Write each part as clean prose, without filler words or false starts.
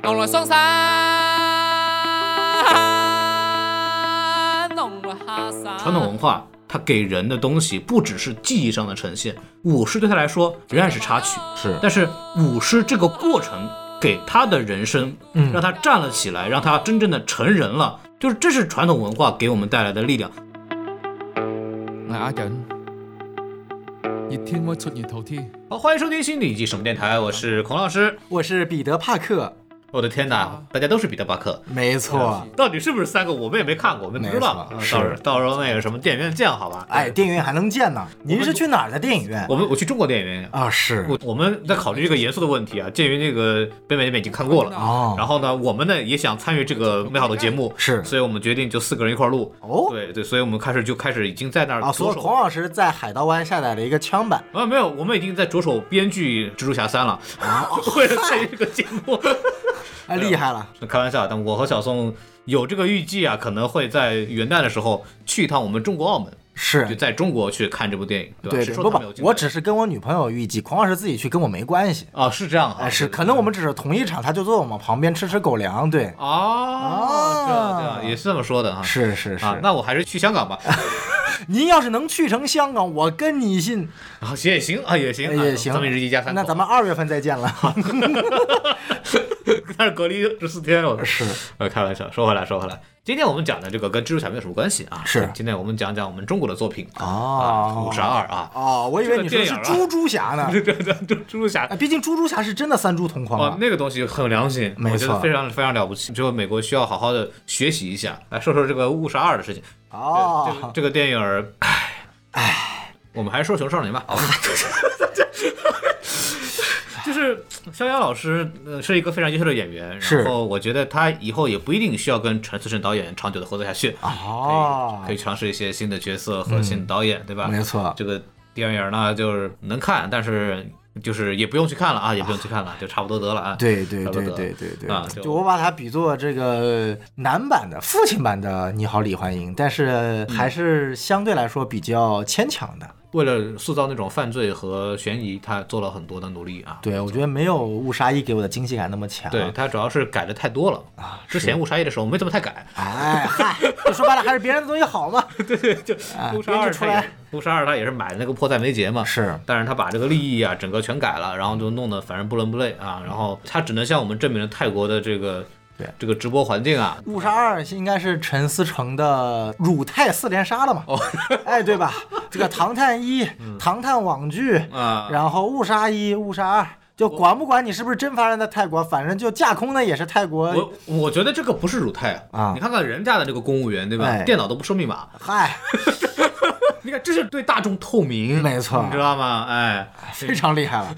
弄了嵩山，弄了哈山。 传统文化它给人的东西不只是记忆上的呈现，舞狮对他来说仍然是插曲， 是， 但是舞狮这个过程给他的人生，让他站了起来，让他真正的成人了，就是这是传统文化给我们带来的力量。 我係阿忍，熱天會出現頭天。 好，欢迎收听新的一季什么电台，我是孔老师。 我是彼得·帕克。 我的天哪，大家都是彼得·帕克， 没错。 到底是不是三个？我们也没看过，我们不知道。到时候那个什么电影院见，好吧？ 哎，电影院还能见呢。您是去哪儿的电影院？ 我去中国电影院啊，是。 我们在考虑这个严肃的问题啊。鉴于那个北美那边已经看过了哦， 然后呢，我们呢也想参与这个美好的节目， 是， 所以我们决定就4个人一块录。 哦， 对，所以我们开始已经在那儿着手。 所以孔老师在海盗湾下载了一个枪版啊，没有，我们已经在着手编剧蜘蛛侠3了啊，为了参与这个节目。 啊，厉害了！ 开玩笑，但我和小宋有这个预计啊，可能会在元旦的时候去一趟我们中国澳门， 是就在中国去看这部电影， 对吧？ 不，我只是跟我女朋友预计，孔老师自己去跟我没关系啊，是这样啊，是可能我们只是同一场，他就坐我们旁边吃狗粮，对啊，这样也是这么说的啊， 是啊，那我还是去香港吧。 您要是能去成香港，我跟你信啊，也行啊，也行，咱们日1家3口， 那咱们2月份再见了。 但是隔离14天了， 是开玩笑。说回来，今天我们讲的这个跟蜘蛛侠没有什么关系啊， 是今天我们讲讲我们中国的作品 52 啊。 哦，我以为你说是猪猪侠呢。 猪猪侠， 毕竟猪猪侠是真的3猪同框啊， 那个东西很有良心， 没错， 我觉得非常非常了不起，只有美国需要好好的学习一下。来说说这个52的事情。 哦， 这个电影，我们还是说《熊少年》吧。就是逍遥老师是一个非常优秀的演员，然后我觉得他以后也不一定需要跟陈思诚导演长久的合作下去，可以尝试一些新的角色和新的导演，对吧？ 没错， 这个电影呢就是能看，但是就是也不用去看了啊，就差不多得了啊。 对啊，就我把它比作这个男版的父亲版的你好李焕英，但是还是相对来说比较牵强的。 为了塑造那种犯罪和悬疑，他做了很多的努力啊。 对，我觉得没有误杀1给我的惊喜感那么强。 对，他主要是改的太多了啊。之前误杀1的时候没怎么太改。 哎嗨，就说白了还是别人的东西好嘛。 对，就误杀2他也是买那个迫在眉睫嘛。是，但是他把这个利益啊整个全改了，然后就弄得反正不伦不类啊。然后他只能向我们证明了泰国的这个直播环境啊。 误杀2应该是陈思诚的乳泰4连杀了嘛？哎，对吧？这个唐探1、唐探网剧啊，然后误杀1、误杀2，就管不管你是不是真发生在泰国，反正就架空的也是泰国。 我觉得这个不是乳泰啊，你看看人家的这个公务员对吧？电脑都不设密码。 嗨。 你看，这是对大众透明， 没错， 你知道吗？哎， 非常厉害了。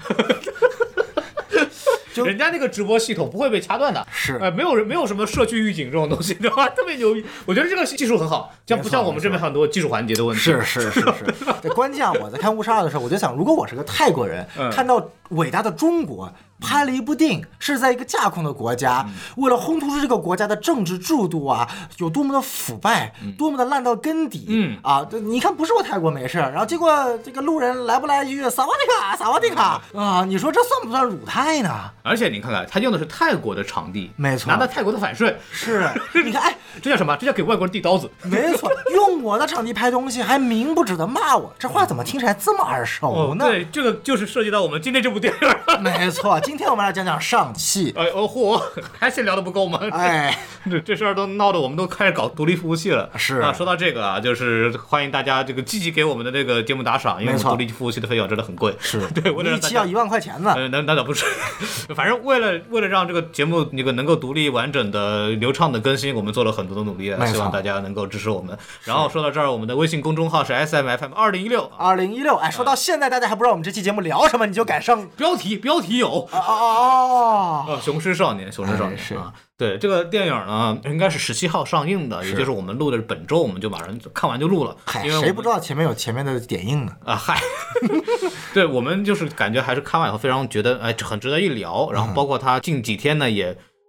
人家那个直播系统不会被掐断的， 是， 没有什么社区预警这种东西，知道吧？特别牛逼，我觉得这个技术很好，不像我们这边很多技术环节的问题。 是。关键我在看《误杀2》的时候，我就想，如果我是个泰国人，看到伟大的中国拍了一部电影，是在一个架空的国家，为了烘托出这个国家的政治制度啊，有多么的腐败，多么的烂到根底，你看不是我泰国没事，然后结果这个路人来不来一句萨瓦迪卡啊，你说这算不算辱泰呢？ 而且你看看，他用的是泰国的场地， 没错， 拿到泰国的反税， 是，你看，哎， 这叫什么？这叫给外国人递刀子。 没错，用我的场地拍东西，还明不指的骂我，这话怎么听起来这么耳熟呢？ 对，这个就是涉及到我们今天这部电影。 没错，今天我们来讲讲上汽。 还先聊得不够吗？ 哎， 这事儿都闹得我们都开始搞独立服务器了。 是啊，说到这个啊，就是欢迎大家这个积极给我们的这个节目打赏，因为我们独立服务器的费用真的很贵。 是对，为了一期要1万块钱呢。 那倒不是，反正为了让这个节目能够独立完整的流畅的更新，我们做了很多的努力啊，希望大家能够支持我们。然后说到这儿，我们的微信公众号是 SMFM2016。 哎，说到现在大家还不知道我们这期节目聊什么，你就敢上标题有雄狮少年是啊。对，这个电影呢应该是17号上映的，也就是我们录的本周，我们就马上看完就录了。 因为谁不知道前面有前面的点映呢？ 啊，嗨，对，我们就是感觉还是看完以后非常觉得很值得一聊。然后包括他近几天呢也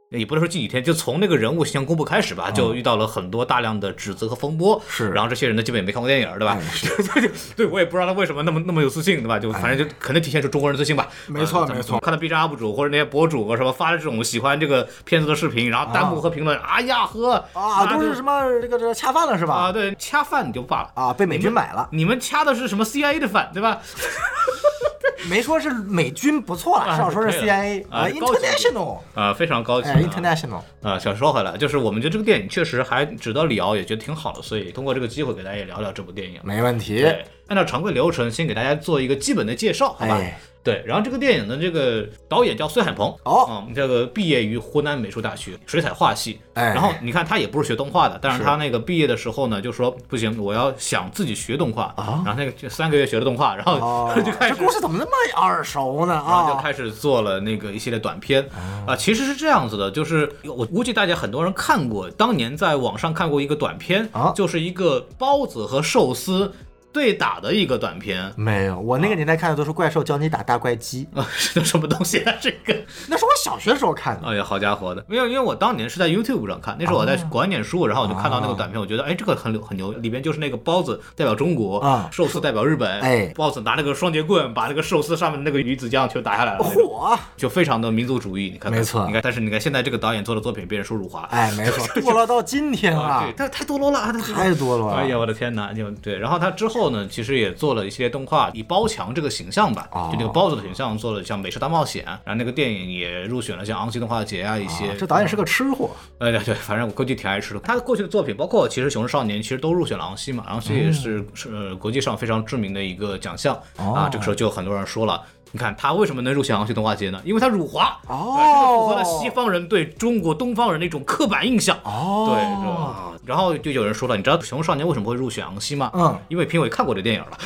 也不能说近几天，就从那个人物形象公布开始吧，就遇到了很多大量的指责和风波。 是， 然后这些人呢，基本也没看过电影，对吧？对，我也不知道他为什么那么有自信，对吧？就反正就可能体现出中国人自信吧。 没错没错。 看到 B 站 UP 主或者那些博主什么发的这种喜欢这个片子的视频，然后弹幕和评论，哎呀呵都是什么这个恰饭了是吧？ 对，恰饭就罢了被美军买了。 你们恰的是什么 CIA 的饭，对吧？ 没说是美军不错了，至少说是 CIA international 非常高级 international 想说回来，就是我们觉得这个电影确实还值得聊，也觉得挺好的，所以通过这个机会给大家也聊聊这部电影。 没问题。 对，按照常规流程，先给大家做一个基本的介绍，好吧？对，然后这个电影的这个导演叫孙海鹏，这个毕业于湖南美术大学水彩画系，然后你看他也不是学动画的，但是他那个毕业的时候呢，就说不行，我要想自己学动画，然后那个就3个月学了动画，然后就开始， 这故事怎么那么耳熟呢？ 然后就开始做了那个一系列短片其实是这样子的，就是我估计大家很多人看过，当年在网上看过一个短片，就是一个包子和寿司对打的一个短片。 没有，我那个年代看的都是怪兽教你打大怪鸡这什么东西啊？这个那是我小学时候看的。 哎呀，好家伙的！因为我当年是在 YouTube 上看，那时候我在国外念书，然后我就看到那个短片，我觉得这个很牛，里边就是那个包子代表中国，寿司代表日本，包子拿那个双节棍把那个寿司上面的那个鱼子酱全打下来了，就非常的民族主义。你看， 没错。 你看，但是你看现在这个导演做的作品被人说辱华， 没错，堕落到今天了， 对，太堕落了， 太堕落了。 哎呀，我的天哪！就对，然后他之后呢，其实也做了一系列动画，以包强这个形象吧，就这个包子的形象做了像《美食大冒险》，然后那个电影也入选了像昂西动画节一些。 这导演是个吃货。 对，反正我估计挺爱吃的。他过去的作品，包括其实《熊市少年》，其实都入选了昂西嘛，昂西也是国际上非常知名的一个奖项这个时候就有很多人说了。你看他为什么能入选昂西动画节呢？因为他辱华这个符合了西方人对中国东方人的一种刻板印象对，然后就有人说了，你知道《熊少年》为什么会入选昂西吗？因为评委看过这电影了。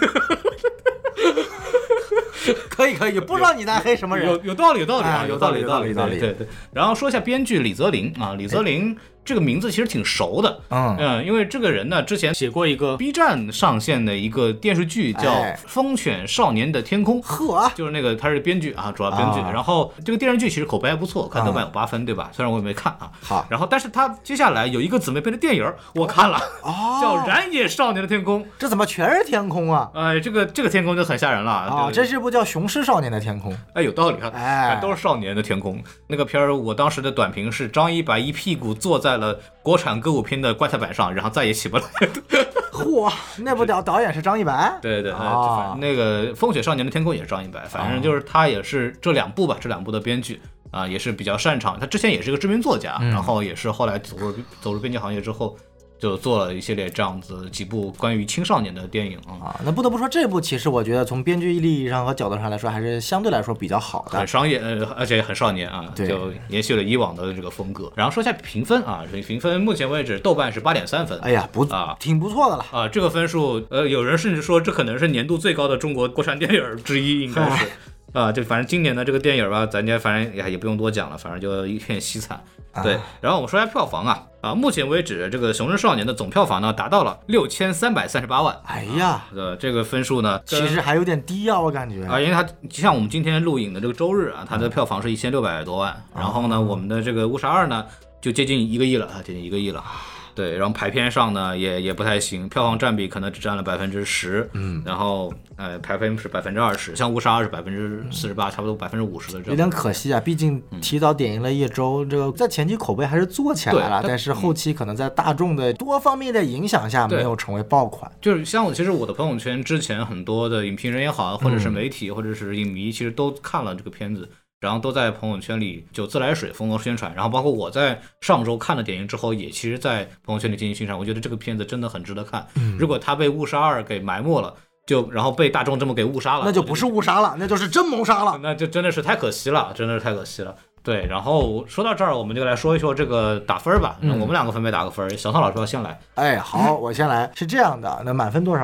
可以，不知道你在黑什么人， 有道理有道理。对。然后说一下编剧李泽林李泽林这个名字其实挺熟的，因为这个人呢之前写过一个 B 站上线的一个电视剧叫《风犬少年的天空》，就是那个他是编剧主要编剧。然后这个电视剧其实口碑还不错，看豆瓣有8分，对吧？虽然我也没看好， 然后但是他接下来有一个姊妹篇的电影我看了，叫《燃野少年的天空》。 这怎么全是天空啊？ 这个天空就很吓人了这是部叫《雄狮少年的天空》。 有道理都是少年的天空。那个片儿我当时的短评是张一白一屁股坐在了国产歌舞片的棺材板上，然后再也起不来。 那部导演是张一白。 对，那个《风雪少年的天空》也是张一白，反正就是他也是这两部的编剧也是比较擅长。他之前也是个知名作家，然后也是后来走入编剧行业之后，就做了一系列这样子几部关于青少年的电影那不得不说这部其实我觉得从编剧意义上和角度上来说还是相对来说比较好的， 很商业而且很少年就延续了以往的这个风格。然后说一下评分评分目前为止豆瓣是8.3分， 挺不错的了这个分数有人甚至说这可能是年度最高的中国国产电影之一，应该是就反正今年的这个电影吧，咱家反正也不用多讲了，反正就一片凄惨。对，然后我们说一下票房目前为止这个《熊市少年》的总票房呢达到了6338万。这个分数呢其实还有点低我感觉因为它像我们今天录影的这个周日它的票房是1600多万，然后呢我们的这个误杀2呢就接近1个亿了接近1个亿了。对，然后排片上呢也不太行，票房占比可能只占了10%，然后排片是20%，像误杀2是48%，差不多50%的这样。 有点可惜毕竟提早点映了1周，这个在前期口碑还是做起来了，但是后期可能在大众的多方面的影响下没有成为爆款。 就是像其实我的朋友圈之前很多的影评人也好，或者是媒体或者是影迷，其实都看了这个片子。然后都在朋友圈里就自来水疯狂宣传，然后包括我在上周看了电影之后，也其实在朋友圈里进行宣传。我觉得这个片子真的很值得看。如果他被误杀2给埋没了，然后被大众这么给误杀了， 那就不是误杀了，那就是真谋杀了， 那就真的是太可惜了，对，然后说到这儿，我们就来说一说这个打分吧。我们2个分别打个分，小汤老师要先来。 好，我先来。是这样的，那满分多少？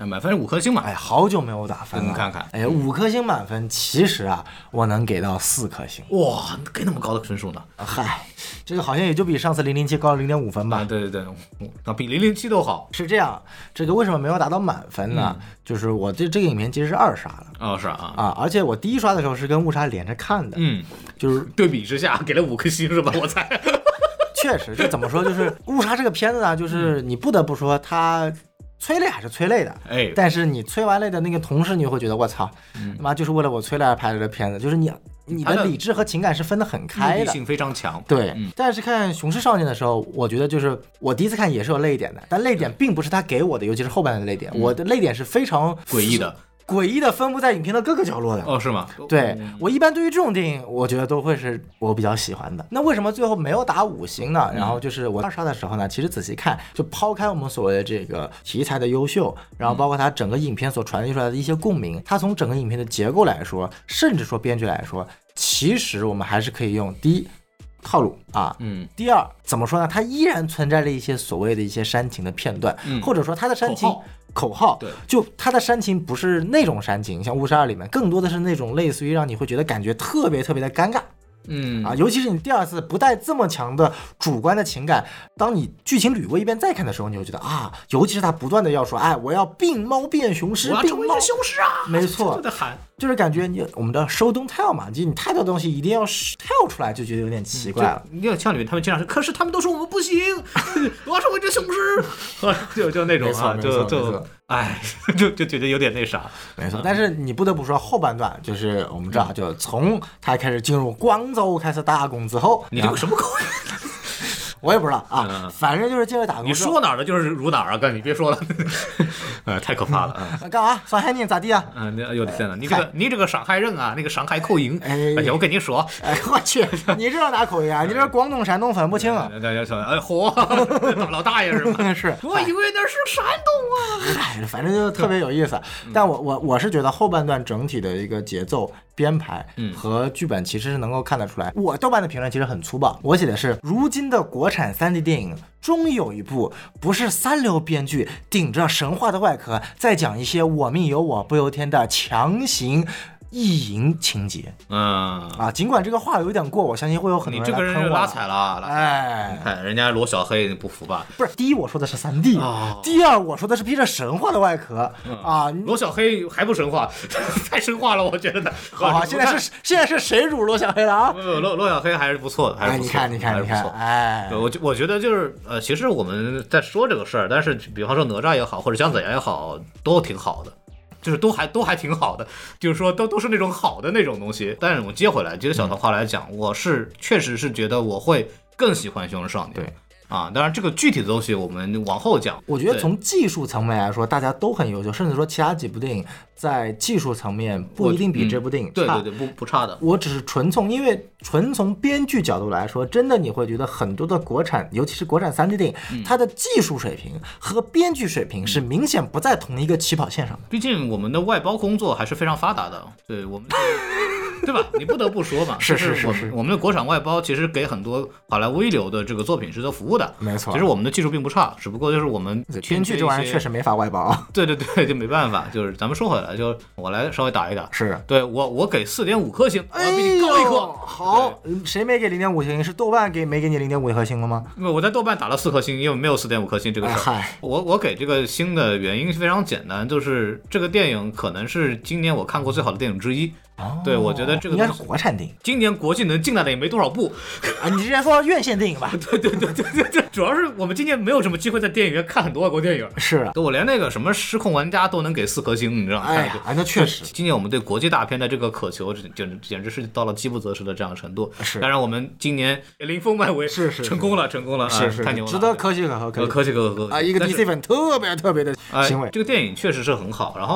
满分是5颗星嘛。 哎，好久没有打分了， 你看看， 哎，5颗星满分，其实啊，我能给到4颗星。 哇，给那么高的分数呢？ 嗨，这个好像也就比上次007高了0.5分吧。 对，那比007都好。 是这样，这个为什么没有达到满分呢？就是我这个影片其实是2刷的。 哦，是啊， 而且我第1刷的时候是跟误杀连着看的。就是对比之下给了5颗星是吧？我猜。 确实，这怎么说？就是误杀这个片子呢，就是你不得不说它催泪还是催泪的， 哎， 但是你催完泪的那个同时，你会觉得我操，他妈就是为了我催泪而拍的这片子，就是你的理智和情感是分得很开的， 目的性非常强。 对，但是看《雄狮少年》的时候，我觉得就是我第一次看也是有泪点的，但泪点并不是他给我的，尤其是后半段的泪点，我的泪点是非常诡异的分布在影片的各个角落的。 哦，是吗？ 对，我一般对于这种电影，我觉得都会是我比较喜欢的。那为什么最后没有打5星呢？然后就是我2刷的时候呢，其实仔细看，就抛开我们所谓的这个题材的优秀，然后包括它整个影片所传递出来的一些共鸣，它从整个影片的结构来说，甚至说编剧来说，其实我们还是可以用第一套路啊，第二怎么说呢？它依然存在着一些所谓的一些煽情的片段，或者说它的煽情口号， 对， 就它的煽情不是那种煽情，像《误杀2》里面更多的是那种类似于让你会觉得感觉特别特别的尴尬。尤其是你第2次不带这么强的主观的情感，当你剧情捋过一遍再看的时候，你会觉得啊，尤其是他不断的要说，哎，我要病猫变雄狮， 我要成为一个雄狮啊！ 没错， 就在喊， 就是感觉我们的 show don't tell 嘛，就你太多东西一定要跳出来，就觉得有点奇怪了。 你像里面他们经常说，可是他们都说我们不行，我要成为这雄狮，就那种啊，就哎，就觉得有点那啥， 没错。但是你不得不说后半段，就是我们知道，就从他开始进入广州开始打工之后， 你这个什么口音？ 我也不知道啊，反正就是进来打工。 你说哪儿的就是如哪儿啊，哥，你别说了，太可怕了啊！ 干嘛？上海人咋地啊？ 有的天呐，你这个上海人啊，那个上海口音，而且我跟你说， 我去，你这是哪口音啊？你这广东、山东分不清。 大家说，嚯，老大爷是吗？ 是， 我以为那是山东啊。哎，反正就特别有意思。但我是觉得后半段整体的一个节奏、编排和剧本其实是能够看得出来。我豆瓣的评论其实很粗暴，我写的是如今的国产3D 电影终于有一部不是3流编剧顶着神话的外壳在讲一些我命由我不由天的强行意淫情节。尽管这个话有点过，我相信会有很多人你这个人拉踩了， 哎， 你看人家罗小黑不服吧？ 不是，第一我说的是3D，第二我说的是披着神话的外壳罗小黑还不神话，太神话了，我觉得呢。 好，现在是谁辱罗小黑了啊？ 罗小黑还是不错的，还是不错。 你看，哎， 我觉得就是其实我们在说这个事儿，但是比方说哪吒也好，或者姜子牙也好，都挺好的。就是都还挺好的，就是说都是那种好的那种东西。但是我接回来，接着小唐话来讲，我确实是觉得我会更喜欢《雄狮少年》。 对当然这个具体的东西我们往后讲。 我觉得从技术层面来说，大家都很优秀，甚至说其他几部电影在技术层面不一定比这部电影差。 对，不差的。 我只是纯从编剧角度来说，真的你会觉得很多的国产，尤其是国产3D 电影，它的技术水平和编剧水平是明显不在同一个起跑线上的。 毕竟我们的外包工作还是非常发达的，对我们。对吧？你不得不说嘛， 是我们的国产外包其实给很多好莱坞一流的这个作品是做服务的， 没错。 其实我们的技术并不差，只不过就是我们编剧这玩意儿确实没法外包。 对，就没办法。就是咱们说回来，就我来稍微打一打。 是对我给4.5颗星，我要比你高一颗。 好，谁没给0.5星？是豆瓣没给你0.5颗星了吗？ 我在豆瓣打了4颗星，因为没有4.5颗星这个事儿。我给这个星的原因非常简单，就是这个电影可能是今年我看过最好的电影之一。对，我觉得这个应该是国产电影， 今年国际能进来的也没多少部啊。你之前说院线电影吧？ 对，主要是我们今年没有什么机会在电影院看很多外国电影。 是， 我连那个什么失控玩家都能给4颗星，你知道吗？ 哎呀，那确实， 今年我们对国际大片的这个渴求，简直是到了饥不择食的这样的程度。 是， 当然我们今年临风漫威是成功了， 是太牛了， 值得可喜可贺啊！一个 DC 粉特别的欣慰。 这个电影确实是很好，然后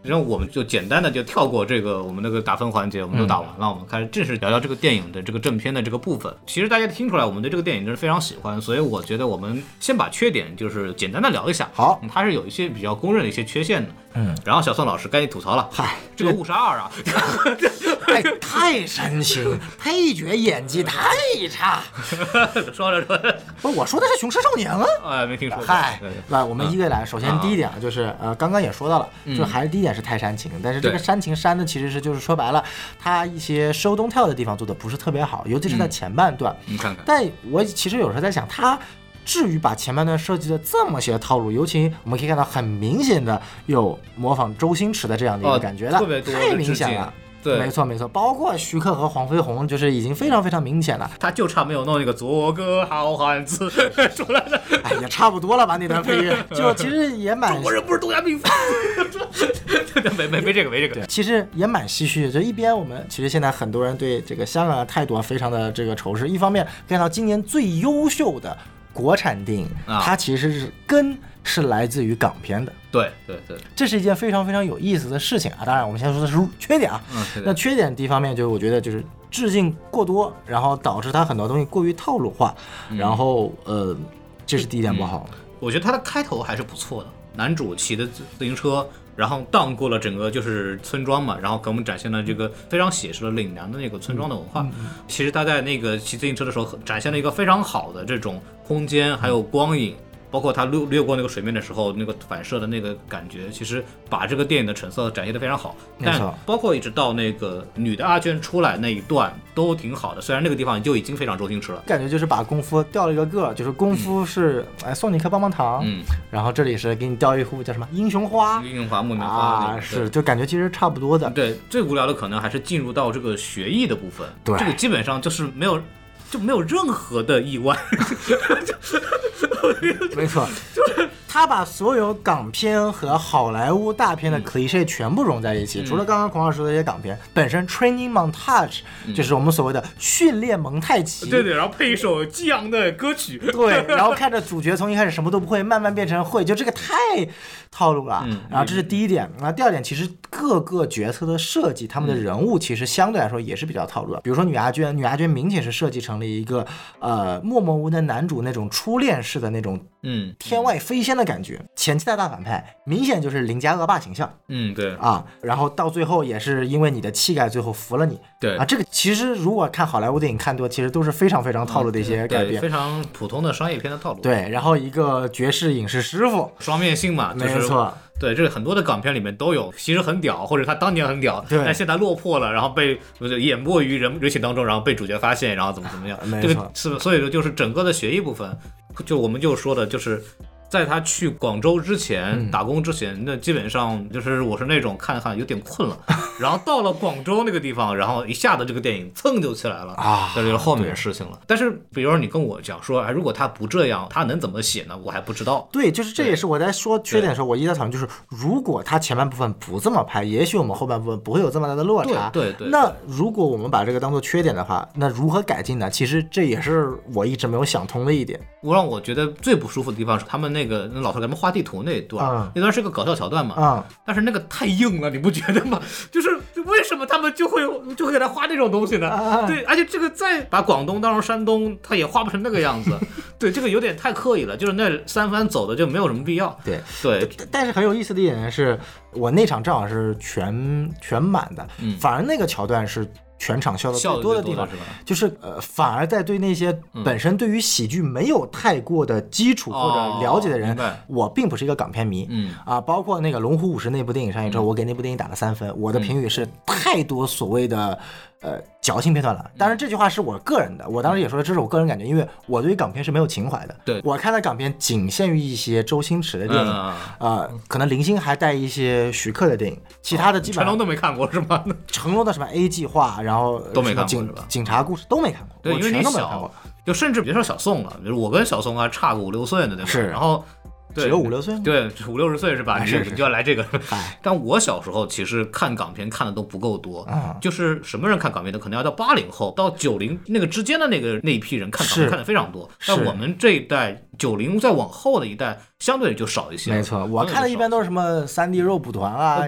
然后我们就简单的就跳过这个我们那个打分环节，我们都打完了，我们开始正式聊聊这个电影的这个正片的这个部分。其实大家听出来，我们对这个电影真是非常喜欢，所以我觉得我们先把缺点就是简单的聊一下。 好， 它是有一些比较公认的一些缺陷的。然后小宋老师该你吐槽了。 嗨， 这个误杀2啊， 太煽情，配角演技太差。 说着， 不是我说的是《雄狮少年》啊。 哎，没听说过。 嗨，那我们一个来，首先第一点啊，就是刚刚也说到了，就还是第一点是太煽情，但是这个煽情煽的其实是就是说白了，他一些收动跳的地方做的不是特别好，尤其是在前半段。 你看看， 但我其实有时候在想，他至于把前半段设计的这么些套路，尤其我们可以看到很明显的有模仿周星驰的这样的一个感觉的， 特别多， 太明显了。 对， 没错，包括徐克和黄飞鸿，就是已经非常非常明显了。 他就差没有弄一个做个好汉子出来了。 哎，也差不多了吧？那段配乐就其实也蛮…… 中国人不是东亚病夫。没这个。 对，其实也蛮唏嘘的。就一边我们其实现在很多人对这个香港的态度非常的这个仇视，一方面看到今年最优秀的国产电影，它其实是根是来自于港片的。 对， 这是一件非常非常有意思的事情啊！当然，我们先说的是缺点啊。那缺点第一方面就是我觉得就是致敬过多，然后导致它很多东西过于套路化，然后这是第一点不好。 我觉得它的开头还是不错的，男主骑的自行车，然后荡过了整个就是村庄嘛，然后给我们展现了这个非常写实的岭南的那个村庄的文化。其实他在那个骑自行车的时候展现了一个非常好的这种空间还有光影。包括他掠过那个水面的时候，那个反射的那个感觉，其实把这个电影的成色展现得非常好。但包括一直到那个女的阿娟出来那一段都挺好的，虽然那个地方就已经非常周星驰了， 感觉就是把功夫掉了一个个，就是功夫是送你颗棒棒糖，然后这里是给你掉一壶叫什么英雄花， 木棉花啊，是就感觉其实差不多的。 对，最无聊的可能还是进入到这个学艺的部分， 对， 这个基本上就是没有任何的意外。 没错，就是他把所有港片和好莱坞大片的 cliché 全部融在一起。除了刚刚孔老师说的这些港片本身 training montage，就是我们所谓的训练蒙太奇， 对，然后配一首激昂的歌曲， 对，然后看着主角从一开始什么都不会，慢慢变成会，就这个太套路了。然后这是第一点。然后第二点，其实各个角色的设计，他们的人物其实相对来说也是比较套路的。比如说女阿娟明显是设计成了一个默默无闻的男主那种初恋式的那种天外飞仙的感觉。前期的大反派明显就是邻家恶霸形象， 对啊，然后到最后也是因为你的气概最后服了你， 对啊，这个其实如果看好莱坞电影看多，其实都是非常非常套路的一些改变， 非常普通的商业片的套路。 对，然后一个绝世影视师傅， 双面性嘛，就是、 没错。 对，这个很多的港片里面都有，其实很屌，或者他当年很屌，但现在落魄了，然后被淹没于人群当中，然后被主角发现，然后怎么样，这个是所以说就是整个的学艺部分，就我们就说的就是在他去广州之前打工之前，那基本上就是我是那种看有点困了，然后到了广州那个地方，然后一下子这个电影蹭就起来了啊，这就是后面的事情了。但是比如说你跟我讲说，如果他不这样，他能怎么写呢？我还不知道。 对，就是这也是我在说缺点的时候，我一直在讨论，就是如果他前半部分不这么拍，也许我们后半部分不会有这么大的落差。 对。 那如果我们把这个当做缺点的话，那如何改进呢？其实这也是我一直没有想通的一点。 让我觉得最不舒服的地方是他们那老头给他们画地图那一段，那段是个搞笑桥段嘛，但是那个太硬了，你不觉得吗？就是为什么他们就会给他画这种东西呢？对，而且这个再把广东当成山东，他也画不成那个样子。对，这个有点太刻意了，就是那三番走的就没有什么必要。 对， 但是很有意思的一点是，我那场正好是全满的，反而那个桥段是全场笑的最多的地方，就是反而在对那些本身对于喜剧没有太过的基础或者了解的人，我并不是一个港片迷，包括那个《龙虎武师》那部电影上映之后，我给那部电影打了3分，我的评语是太多所谓的矫情片段了。当然这句话是我个人的，我当时也说这是我个人感觉，因为我对于港片是没有情怀的。 对， 我看的港片仅限于一些周星驰的电影，可能零星还带一些徐克的电影，其他的基本上成龙都没看过是吗？ 成龙的什么 A 计划，然后都没看过是吧？ 警察故事都没看过， 对，因为你全都没看过。 就甚至别说小宋了，就是我跟小宋还差个5、6岁呢，对吧？ 是， 然后只有5、6岁吗？ 对，5、60岁是吧？ 是你就要来这个。 嗨， 但我小时候其实看港片看的都不够多，就是什么人看港片的，可能要到80后到90那个之间的那一批人看港片看的非常多。但我们这一代90再往后的一代，相对就少一些。 没错，我看的一般都是什么3D 肉蒲团啊，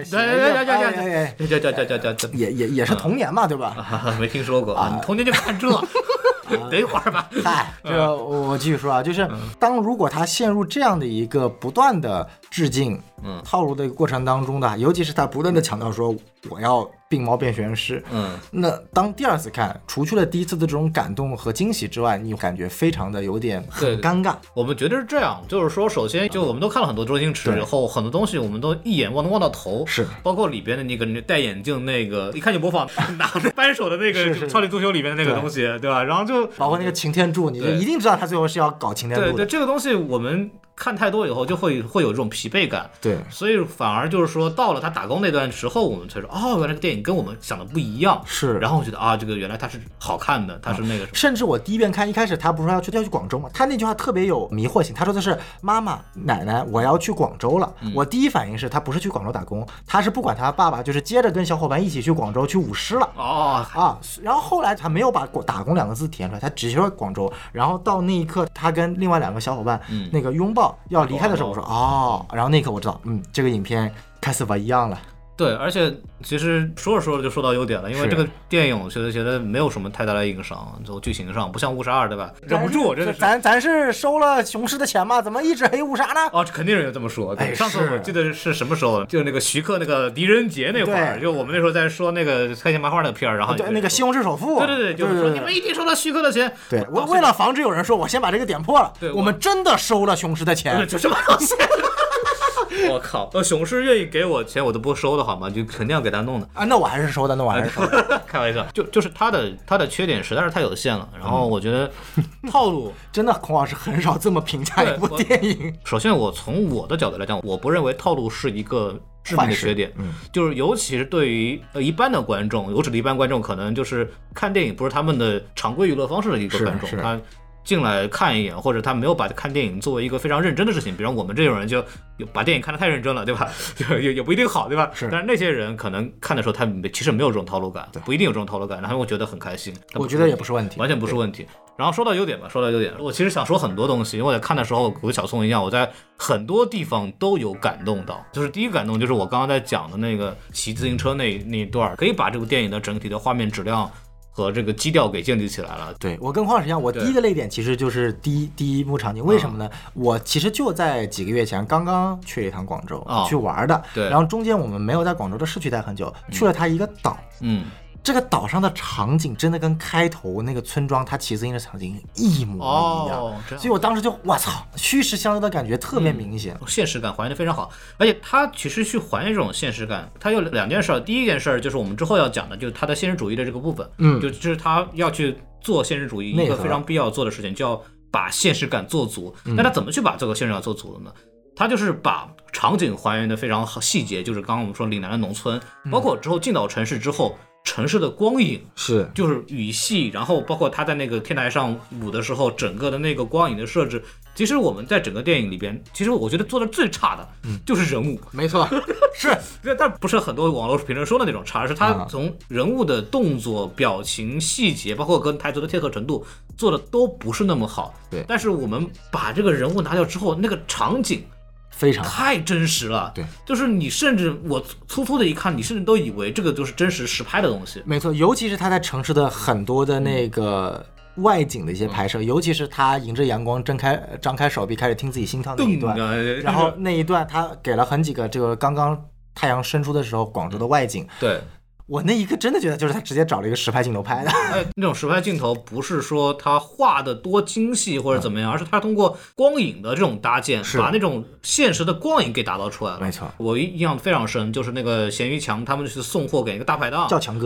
也是童年嘛，对吧？ 没听说过啊，你童年就看这。等一会儿吧。 嗨，这个我继续说啊，就是如果他陷入这样的一个不断的致敬套路的一个过程当中的，尤其是他不断的强调说我要病猫变玄师，那当第二次看，除去了第一次的这种感动和惊喜之外，你感觉非常的有点很尴尬。 我们觉得是这样，就是说，首先就我们都看了很多周星驰以后，很多东西我们都一眼能望到头， 是包括里边的那个戴眼镜那个，一看就模仿拿着扳手的那个超级足球里面的那个东西，对吧？然后就包括那个擎天柱，你就一定知道他最后是要搞擎天柱的。 对，这个东西我们看太多以后就会有这种疲惫感， 对， 所以反而就是说到了他打工那段时候，我们才说哦，原来电影跟我们想的不一样， 是， 然后我觉得啊，这个原来他是好看的，他是那个什么， 甚至我第一遍看，一开始他不是说要去广州吗？他那句话特别有迷惑性，他说的是妈妈奶奶我要去广州了，我第一反应是他不是去广州打工，他是不管他爸爸，就是接着跟小伙伴一起去广州去舞狮了然后后来他没有把打工2个字体现出来，他只说广州，然后到那一刻他跟另外2个小伙伴那个拥抱要离开的时候，我说然后那一刻我知道这个影片开始不一样了。 对，而且其实说着就说到优点了，因为这个电影我觉得没有什么太大的硬伤，就剧情上不像误杀2，对吧？忍不住，真的是咱是收了雄狮的钱吗？怎么一直黑误杀呢？ 哦，肯定有人这么说。对，上次我记得是什么时候，就那个徐克那个狄仁杰那会儿，就我们那时候在说那个开心麻花那个片儿，然后对那个西红柿首富， 对，就是说你们一定收了徐克的钱。 对，为了防止有人说我先把这个点破了，我们真的收了雄狮的钱， 就什么东西？我靠！雄狮愿意给我钱，我都不收的好吗？就肯定要给他弄的啊！那我还是收的， 开玩笑，就是他的缺点实在是太有限了。然后我觉得套路真的，孔老师很少这么评价一部电影。 首先，我从我的角度来讲，我不认为套路是一个致命的缺点，就是尤其是对于一般的观众，我指的一般观众，可能就是看电影不是他们的常规娱乐方式的一个观众，他进来看一眼，或者他没有把看电影作为一个非常认真的事情，比如我们这种人就把电影看得太认真了，对吧？就也不一定好，对吧？ 是。 但是那些人可能看的时候，他其实没有这种套路感，不一定有这种套路感，然后会觉得很开心。 我觉得也不是问题， 完全不是问题。然后说到优点吧，我其实想说很多东西，因为我在看的时候，跟小宋一样，我在很多地方都有感动到。就是第一个感动，就是我刚刚在讲的那个骑自行车那一段，可以把这部电影的整体的画面质量和这个基调给建立起来了。 对，我跟黄老师一样，我第一个泪点其实就是第一幕场景。为什么呢？我其实就在几个月前刚刚去了一趟广州，去玩的。 对。 然后中间我们没有在广州的市区待很久，去了它一个岛。这个岛上的场景真的跟开头那个村庄他骑自行车场景一模一样，所以我当时就我操，虚实相交的感觉特别明显， 现实感还原的非常好。而且他其实去还原这种现实感，他有2件事。第一件事就是我们之后要讲的，就是他的现实主义的这个部分，就是他要去做现实主义一个非常必要做的事情，就要把现实感做足。那他怎么去把这个现实感做足的呢？他就是把场景还原的非常好，细节，就是刚刚我们说岭南的农村，包括之后进到城市之后，城市的光影就是语系，然后包括他在那个天台上舞的时候，整个的那个光影的设置，其实我们在整个电影里边，其实我觉得做的最差的就是人物。 没错，是， 但不是很多网络评论说的那种差，而是他从人物的动作、表情、细节，包括跟台词的贴合程度做的都不是那么好。 对， 但是我们把这个人物拿掉之后，那个场景非常太真实了， 对， 就是你甚至我粗粗的一看，你甚至都以为这个就是真实实拍的东西。 没错，尤其是他在城市的很多的那个外景的一些拍摄，尤其是他迎着阳光张开手臂开始听自己心跳那一段，然后那一段他给了很几个这个刚刚太阳伸出的时候广州的外景， 对。 我那一刻真的觉得就是他直接找了一个实拍镜头拍的。 那种实拍镜头不是说他画的多精细或者怎么样，而是他通过光影的这种搭建，把那种现实的光影给打造出来了。 没错， 我印象非常深，就是那个咸鱼强他们去送货给一个大排档， 叫强哥。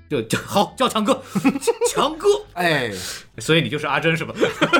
就好叫强哥，强哥， 哎， 所以你就是阿珍是吧？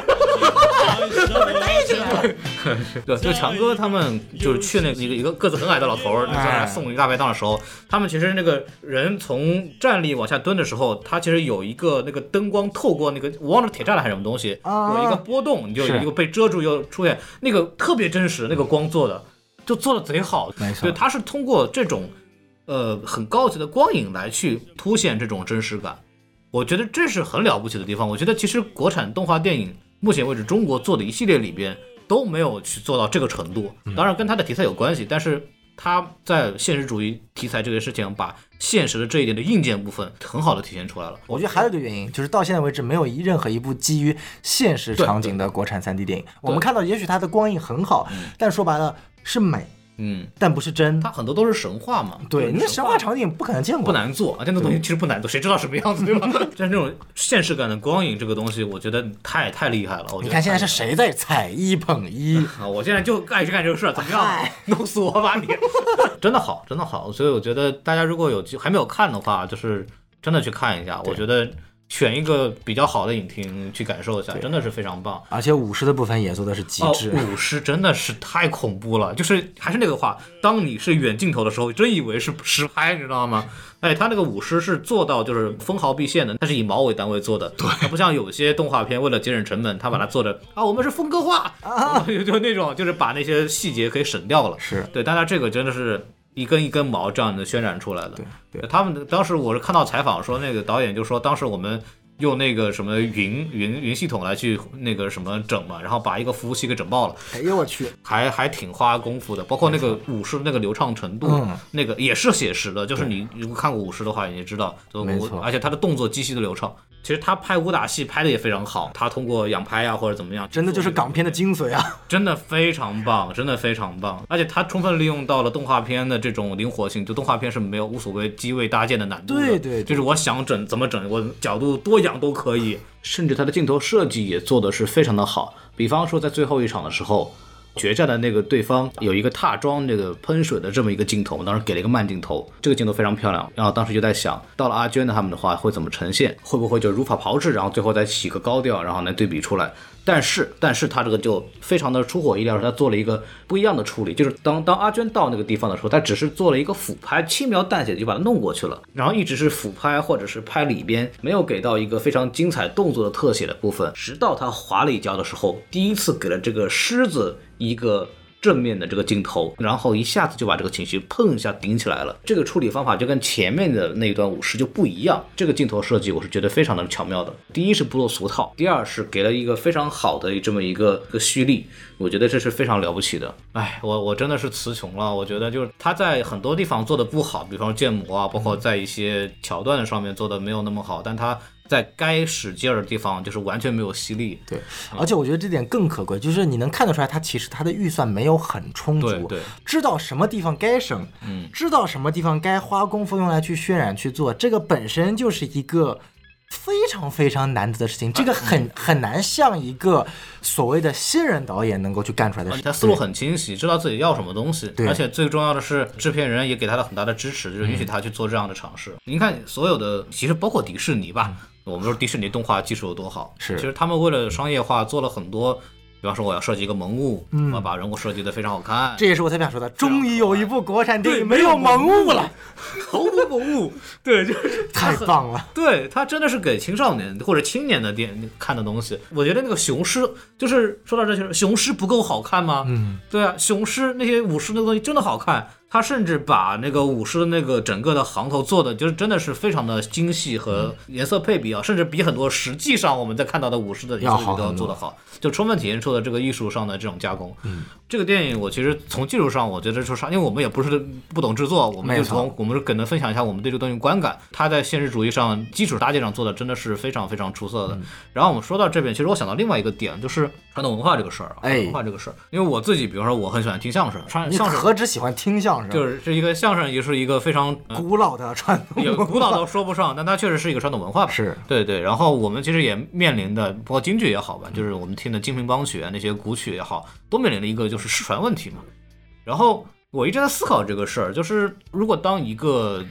对，就强哥他们就是去那个一个个子很矮的老头儿在那送一大排档的时候，他们其实那个人从站立往下蹲的时候，他其实有一个那个灯光透过那个我忘了铁栅栏还是什么东西，有一个波动，你就有一个被遮住又出现，那个特别真实，那个光做的就做的贼好， 没错， 对，他是通过这种很高级的光影来去凸显这种真实感。我觉得这是很了不起的地方。我觉得其实国产动画电影目前为止中国做的一系列里边都没有去做到这个程度，当然跟它的题材有关系，但是它在现实主义题材这个事情把现实的这一点的硬件部分很好的体现出来了。 我觉得还有一个原因就是到现在为止没有任何一部基于现实场景的国产 3D 电影。我们看到也许它的光影很好，但说白了是美，但不是真， 它很多都是神话嘛。 对，那神话场景不可能见过， 不难做啊，这种东西其实不难做，谁知道什么样子，对吧？但是这种现实感的光影这个东西，我觉得太厉害了。我觉得你看现在是谁在踩一捧一啊？我现在就爱去干这个事儿，怎么样？弄死我吧你！真的好，真的好。所以我觉得大家如果有还没有看的话，就是真的去看一下。我觉得选一个比较好的影厅去感受一下，真的是非常棒。 而且舞狮的部分也做的是极致， 舞狮真的是太恐怖了。就是还是那个话，当你是远镜头的时候，真以为是实拍，你知道吗？哎，他那个舞狮是做到就是分毫必现的，它是以毛为单位做的。对，它不像有些动画片为了节省成本，他把它做的我们是风格化就那种就是把那些细节可以省掉了。 是对， 大家这个真的是一根一根毛这样的渲染出来的。 对， 他们当时我是看到采访说，那个导演就说，当时我们用那个什么云系统来去那个什么整嘛，然后把一个服务器给整爆了。 哎呦我去， 还挺花功夫的，包括那个舞狮那个流畅程度，那个也是写实的，就是你如果看过舞狮的话，你也知道， 没错， 而且他的动作极其的流畅。其实他拍武打戏拍的也非常好，他通过仰拍啊或者怎么样， 真的就是港片的精髓啊， 真的非常棒，真的非常棒。而且他充分利用到了动画片的这种灵活性，就动画片是没有无所谓机位搭建的难度的， 对， 就是我想整怎么整，我角度多仰都可以，甚至他的镜头设计也做的是非常的好。比方说在最后一场的时候，决战的那个对方有一个踏桩那个喷水的这么一个镜头，当时给了一个慢镜头，这个镜头非常漂亮。然后当时就在想，到了阿娟的他们的话会怎么呈现，会不会就如法炮制，然后最后再起个高调，然后来对比出来。但是他这个就非常的出乎我意料，他做了一个不一样的处理，就是当阿娟到那个地方的时候，他只是做了一个俯拍，轻描淡写的就把它弄过去了，然后一直是俯拍或者是拍里边，没有给到一个非常精彩动作的特写的部分，直到他滑了一跤的时候，第一次给了这个狮子一个正面的这个镜头，然后一下子就把这个情绪砰一下顶起来了。这个处理方法就跟前面的那一段舞狮就不一样，这个镜头设计我是觉得非常的巧妙的。第一是不落俗套，第二是给了一个非常好的这么一个蓄力，我觉得这是非常了不起的。哎，我真的是词穷了。我觉得就是他在很多地方做的不好，比方说建模啊，包括在一些桥段的上面做的没有那么好，但他在该使劲儿的地方就是完全没有吸力。 对，而且我觉得这点更可贵，就是你能看得出来他其实他的预算没有很充足， 对， 知道什么地方该省，知道什么地方该花功夫用来去渲染去做，这个本身就是一个非常非常难得的事情，这个很难像一个所谓的新人导演能够去干出来的事情。 他思路很清晰，知道自己要什么东西，而且最重要的是制片人也给他了很大的支持，就是允许他去做这样的尝试。您看所有的，其实包括迪士尼吧，我们说迪士尼动画技术有多好， 是其实他们为了商业化做了很多，比方说我要设计一个萌物，我要把人物设计得非常好看， 这也是我才想说的，终于有一部国产电影没有萌物了， 毫无萌物，对，就是太棒了。 对，他真的是给青少年或者青年的看的东西。我觉得那个雄狮，就是说到这些，雄狮不够好看吗？对啊，雄狮那些舞狮那个东西真的好看。他甚至把那个舞狮的那个整个的行头做的，就是真的是非常的精细和颜色配比啊，甚至比很多实际上我们在看到的舞狮的颜色都要做得好，就充分体现出了这个艺术上的这种加工。这个电影我其实从技术上，我觉得就是，因为我们也不是不懂制作，我们就从我们是可能分享一下我们对这个东西观感。他在现实主义上基础搭建上做的真的是非常非常出色的。然后我们说到这边，其实我想到另外一个点，就是传统文化这个事儿啊，文化这个事儿，因为我自己比如说我很喜欢听相声， 你何止喜欢听相声？ 就是这一个相声也是一个非常古老的传统文化， 也古老都说不上，但它确实是一个传统文化吧。 是对。然后我们其实也面临的，包括京剧也好吧，就是我们听的京评梆曲那些古曲也好，都面临了一个就是失传问题嘛。然后我一直在思考这个事儿，就是如果当一个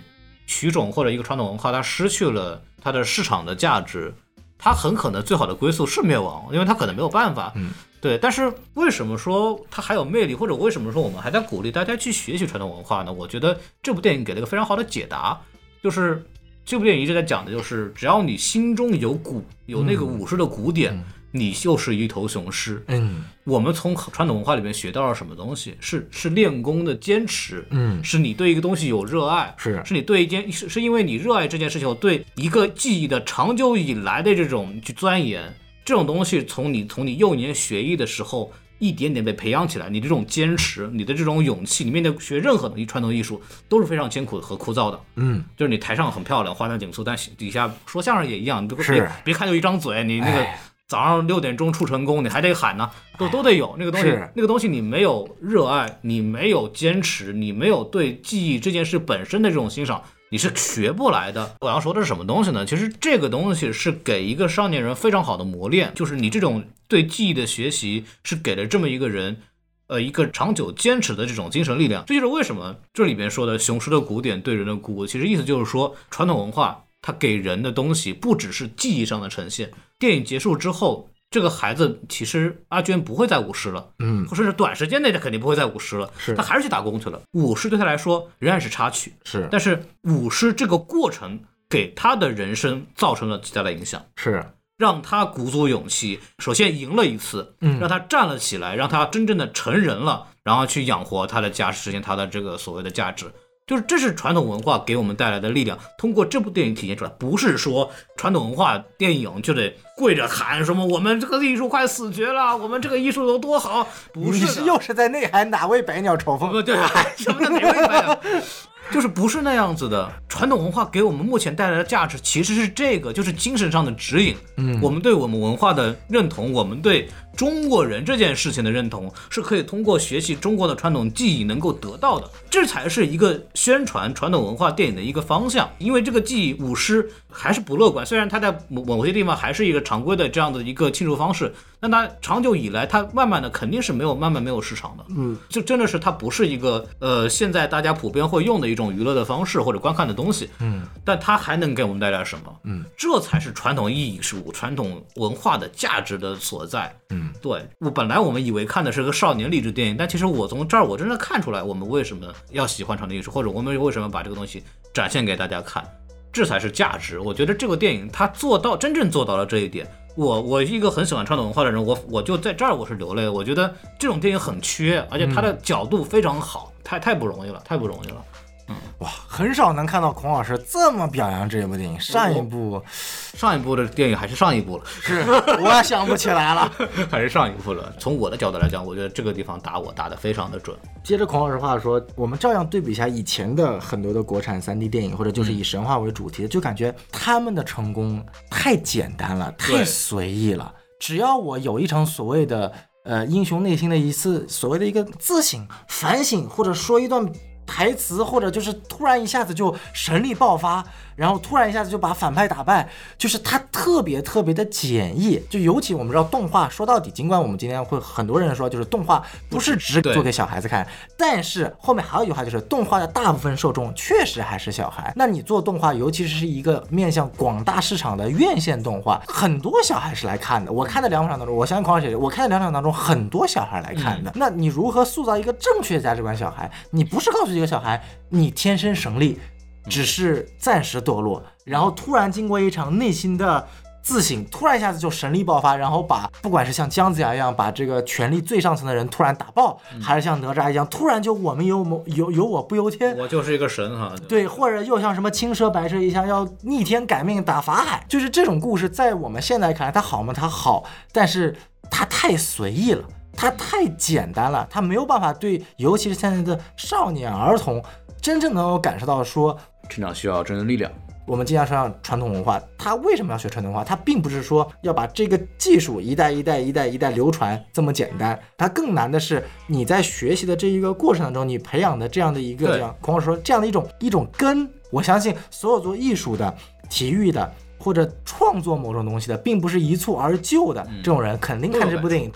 曲种或者一个传统文化它失去了它的市场的价值，它很可能最好的归宿是灭亡，因为它可能没有办法。对。但是为什么说它还有魅力，或者为什么说我们还在鼓励大家去学习传统文化呢？我觉得这部电影给了一个非常好的解答，就是这部电影一直在讲的就是，只要你心中有那个武士的鼓点，你就是一头雄狮。我们从传统文化里面学到了什么东西？是练功的坚持。是你对一个东西有热爱，是你对是因为你热爱这件事情，对一个技艺的长久以来的这种去钻研，这种东西从你幼年学艺的时候一点点被培养起来，你这种坚持，你的这种勇气，你面对学任何的传统艺术都是非常艰苦和枯燥的。就是你台上很漂亮，花团锦簇，但底下说相声也一样，别看就一张嘴，你那个早上6点钟出晨功，你还得喊呢，都得有那个东西。那个东西你没有热爱，你没有坚持，你没有对技艺这件事本身的这种欣赏，你是学不来的。我要说的是什么东西呢？其实这个东西是给一个少年人非常好的磨练，就是你这种对技艺的学习是给了这么一个人一个长久坚持的这种精神力量。这就是为什么这里边说的雄狮的鼓点对人的鼓舞，其实意思就是说传统文化它给人的东西不只是技艺上的呈现。电影结束之后，这个孩子其实阿娟不会再舞狮了，或者是短时间内他肯定不会再舞狮了，他还是去打工去了。舞狮对他来说仍然是插曲，但是舞狮这个过程给他的人生造成了极大的影响，让他鼓足勇气，首先赢了一次，让他站了起来，让他真正的成人了，然后去养活他的家，实现他的这个所谓的价值。就是这是传统文化给我们带来的力量，通过这部电影体现出来。不是说传统文化电影就得跪着喊什么我们这个艺术快死绝了，我们这个艺术有多好，不是的。 你是又是在内涵哪位百鸟朝凤？ 对，什么叫哪位百鸟？就是不是那样子的。传统文化给我们目前带来的价值其实是这个，就是精神上的指引。我们对我们文化的认同，我们对中国人这件事情的认同，是可以通过学习中国的传统技艺能够得到的。这才是一个宣传传统文化电影的一个方向。因为这个技艺舞狮还是不乐观，虽然它在某些地方还是一个常规的这样的一个庆祝方式，但它长久以来它慢慢的肯定是慢慢没有市场的。就真的是它不是一个现在大家普遍会用的一种娱乐的方式或者观看的东西。但它还能给我们带来什么？这才是传统艺术传统文化的价值的所在。对，本来我们以为看的是个少年励志电影，但其实我从这儿我真的看出来我们为什么要喜欢传统艺术，或者我们为什么把这个东西展现给大家看，这才是价值。我觉得这个电影它真正做到了这一点。我一个很喜欢传统文化的人，我就在这儿我是流泪。我觉得这种电影很缺，而且它的角度非常好，太不容易了，太不容易了。 哇，很少能看到孔老师这么表扬这部电影。上一部的电影还是上一部了，是我想不起来了， 还是上一部了。从我的角度来讲，我觉得这个地方打得非常的准。 接着孔老师话说，我们照样对比一下以前的很多的国产 3D 电影，或者就是以神话为主题的，就感觉他们的成功太简单了，太随意了。只要我有一场所谓的英雄内心的一次所谓的一个自省、反省，或者说一段台词，或者就是突然一下子就神力爆发，然后突然一下子就把反派打败，就是它特别特别的简易。就尤其我们知道动画说到底，尽管我们今天会很多人说就是动画不是只做给小孩子看，但是后面还有一句话，就是动画的大部分受众确实还是小孩。那你做动画，尤其是一个面向广大市场的院线动画，很多小孩是来看的。我看的2场当中，我相信孔老师，我看的2场当中很多小孩来看的。那你如何塑造一个正确的价值观小孩？你不是告诉一个小孩你天生神力，只是暂时堕落，然后突然经过一场内心的自省，突然一下子就神力爆发，然后把不管是像姜子牙一样把这个权力最上层的人突然打爆，还是像哪吒一样突然就我们有我不由天， 我就是一个神哈。 对，或者又像什么青蛇白蛇一样要逆天改命打法海，就是这种故事在我们现在看来它好吗？它好，但是它太随意了，它太简单了，它没有办法对尤其是现在的少年儿童真正能够感受到说成长需要真正力量。 我们经常说传统文化，它为什么要学传统文化？它并不是说要把这个技术一代流传这么简单，它更难的是你在学习的这一个过程当中，你培养的这样的一个孔老师说这样的一种根。我相信所有做艺术的、体育的或者创作某种东西的，并不是一蹴而就的，这种人肯定看这部电影都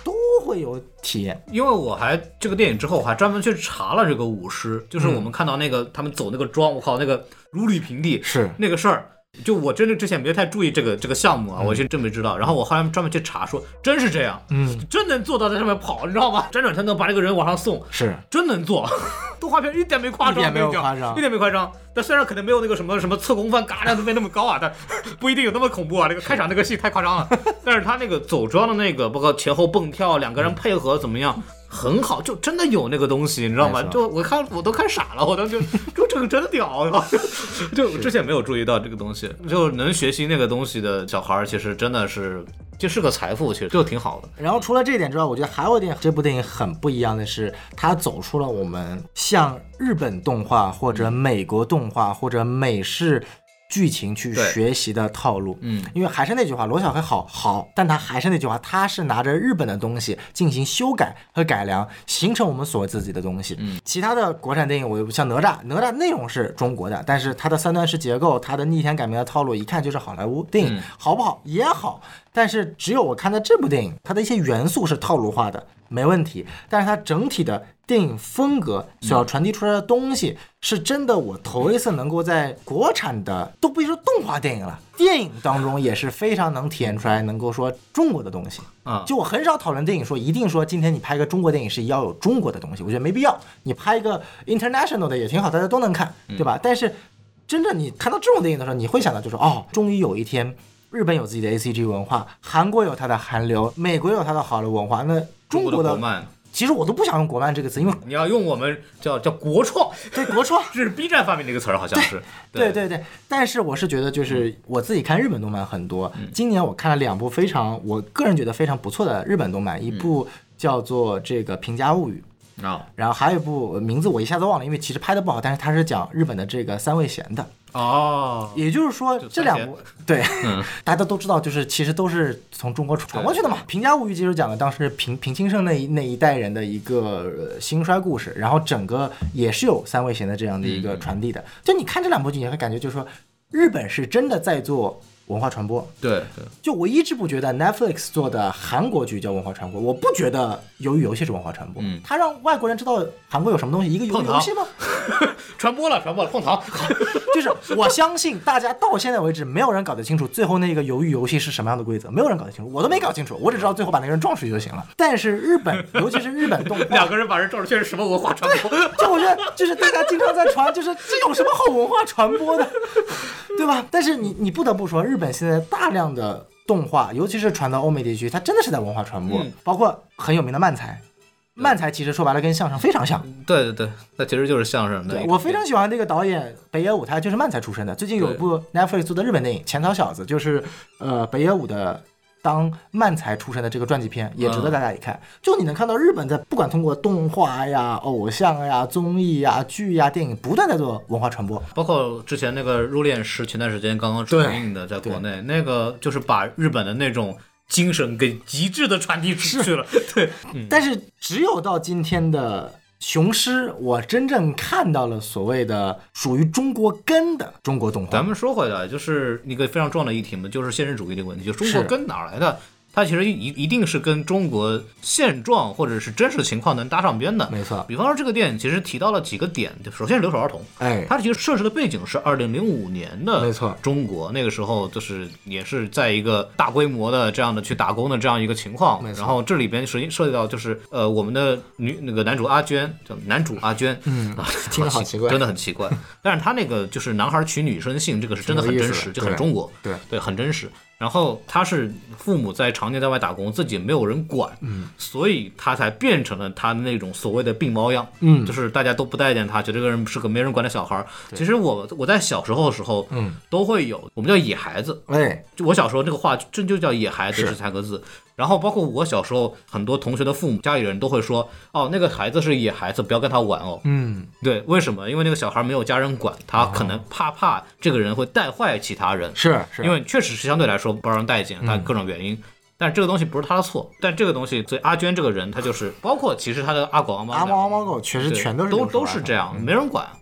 会有体验。 因为我还这个电影之后，我还专门去查了这个舞狮，就是我们看到那个他们走那个桩，我靠，那个如履平地是那个事儿。就我真的之前没太注意这个项目啊，我是真没知道。然后我后来专门去查，说真是这样，真能做到在上面跑，你知道吗？辗转腾腾把这个人往上送， 是真能做。动画片一点没夸张， 一点没有夸张， 一点没夸张。但虽然可能没有那个什么侧攻翻嘎的都没那么高啊，但不一定有那么恐怖啊。那个开场那个戏太夸张了，但是他那个走桩的那个，包括前后蹦跳，两个人配合怎么样？很好，就真的有那个东西，你知道吗？就我都看傻了，我当时就这个真的屌，就之前没有注意到这个东西，就能学习那个东西的小孩，其实真的是就是个财富，其实就挺好的。 然后除了这一点之外，我觉得还有一点，这部电影很不一样的是，它走出了我们像日本动画或者美国动画或者美式剧情去学习的套路，因为还是那句话，罗小黑好，但他还是那句话，他是拿着日本的东西进行修改和改良，形成我们所谓自己的东西。其他的国产电影，我像哪吒内容是中国的，但是它的三段式结构，它的逆天改命的套路，一看就是好莱坞电影，好不好也好，但是只有我看的这部电影，它的一些元素是套路化的，没问题，但是它整体的电影风格所要传递出来的东西，是真的我头一次能够在国产的都不说动画电影了，电影当中也是非常能体现出来，能够说中国的东西啊。就我很少讨论电影说一定说今天你拍个中国电影是要有中国的东西，我觉得没必要，你拍一个 international 的也挺好，大家都能看，对吧？但是真正你看到这种电影的时候，你会想到就是终于有一天日本有自己的 ACG 文化，韩国有它的韩流，美国有它的好的文化，那中国的国漫， 其实我都不想用国漫这个词，因为你要用我们叫国创， 对国创这是 B 站发明的一个词儿，好像是。 对。但是我是觉得，就是我自己看日本动漫很多，今年我看了2部我个人觉得非常不错的日本动漫，一部叫做这个《平家物语》。然后还有一部名字我一下子忘了，因为其实拍的不好，但是它是讲日本的这个三味弦的。也就是说这2部对，大家都知道，就是其实都是从中国传过去的嘛。《平家物语》其实讲的当时平清盛那一代人的一个兴衰故事，然后整个也是有三味弦的这样的一个传递的。就你看这2部剧，你会感觉就是说，日本是真的在做文化传播。 对， 就我一直不觉得 Netflix 做的韩国剧叫文化传播，我不觉得鱿鱼游戏是文化传播。他让外国人知道韩国有什么东西，一个鱿鱼游戏吗？ 传播了，碰糖。 就是我相信大家到现在为止，没有人搞得清楚最后那个鱿鱼游戏是什么样的规则，没有人搞得清楚，我都没搞清楚，我只知道最后把那个人撞出去就行了。但是日本，尤其是日本动画 ，2个人把人撞出去是什么文化传播？ 就我觉得，就是大家经常在传，就是这有什么好文化传播的，对吧？但是你不得不说，日本现在大量的动画，尤其是传到欧美地区，它真的是在文化传播，包括很有名的漫才。漫才其实说白了跟相声非常像。 对，那其实就是相声的。 我非常喜欢那个导演北野武，他就是漫才出身的。最近有一部 Netflix 做的日本电影《浅草小子》，就是北野武的当漫才出身的这个传记片，也值得大家一看。就你能看到日本在不管通过动画呀、偶像呀、综艺呀、剧呀、电影，不断在做文化传播。 包括之前那个《入殓师》，前段时间刚刚出映的，在国内那个就是把日本的那种精神给极致的传递出去了。对， 但是只有到今天的雄狮，我真正看到了所谓的属于中国根的中国动画。 咱们说回来，就是一个非常重要的议题嘛，就是现实主义的问题，就中国根哪来的？它其实一定是跟中国现状或者是真实情况能搭上边的。 没错， 比方说这个电影其实提到了几个点，首先是留守儿童，它其实设置的背景是2005年的， 没错， 中国那个时候就是也是在一个大规模的这样的去打工的这样一个情况。然后这里边涉及到就是我们的那个男主阿娟，叫男主阿娟， 听着好奇怪， 真的很奇怪。但是他那个就是男孩取女生姓，这个是真的很真实，就很中国，对，很真实。然后他是父母常年在外打工，自己没有人管，所以他才变成了他的那种所谓的病猫样，就是大家都不待见他，觉得这个人是个没人管的小孩。其实我在小时候的时候，都会有，我们叫野孩子，就我小时候这个话真就叫野孩子，这3个字。然后包括我小时候，很多同学的父母、家里人都会说，那个孩子是野孩子，不要跟他玩哦。对，为什么？因为那个小孩没有家人管，他可能怕这个人会带坏其他人。 是， 因为确实是相对来说不让人待见，他各种原因。但是这个东西不是他的错，但这个东西，所以阿娟这个人，他就是包括其实他的阿狗、阿猫、 阿猫狗，确实全都是都是这样，没人管。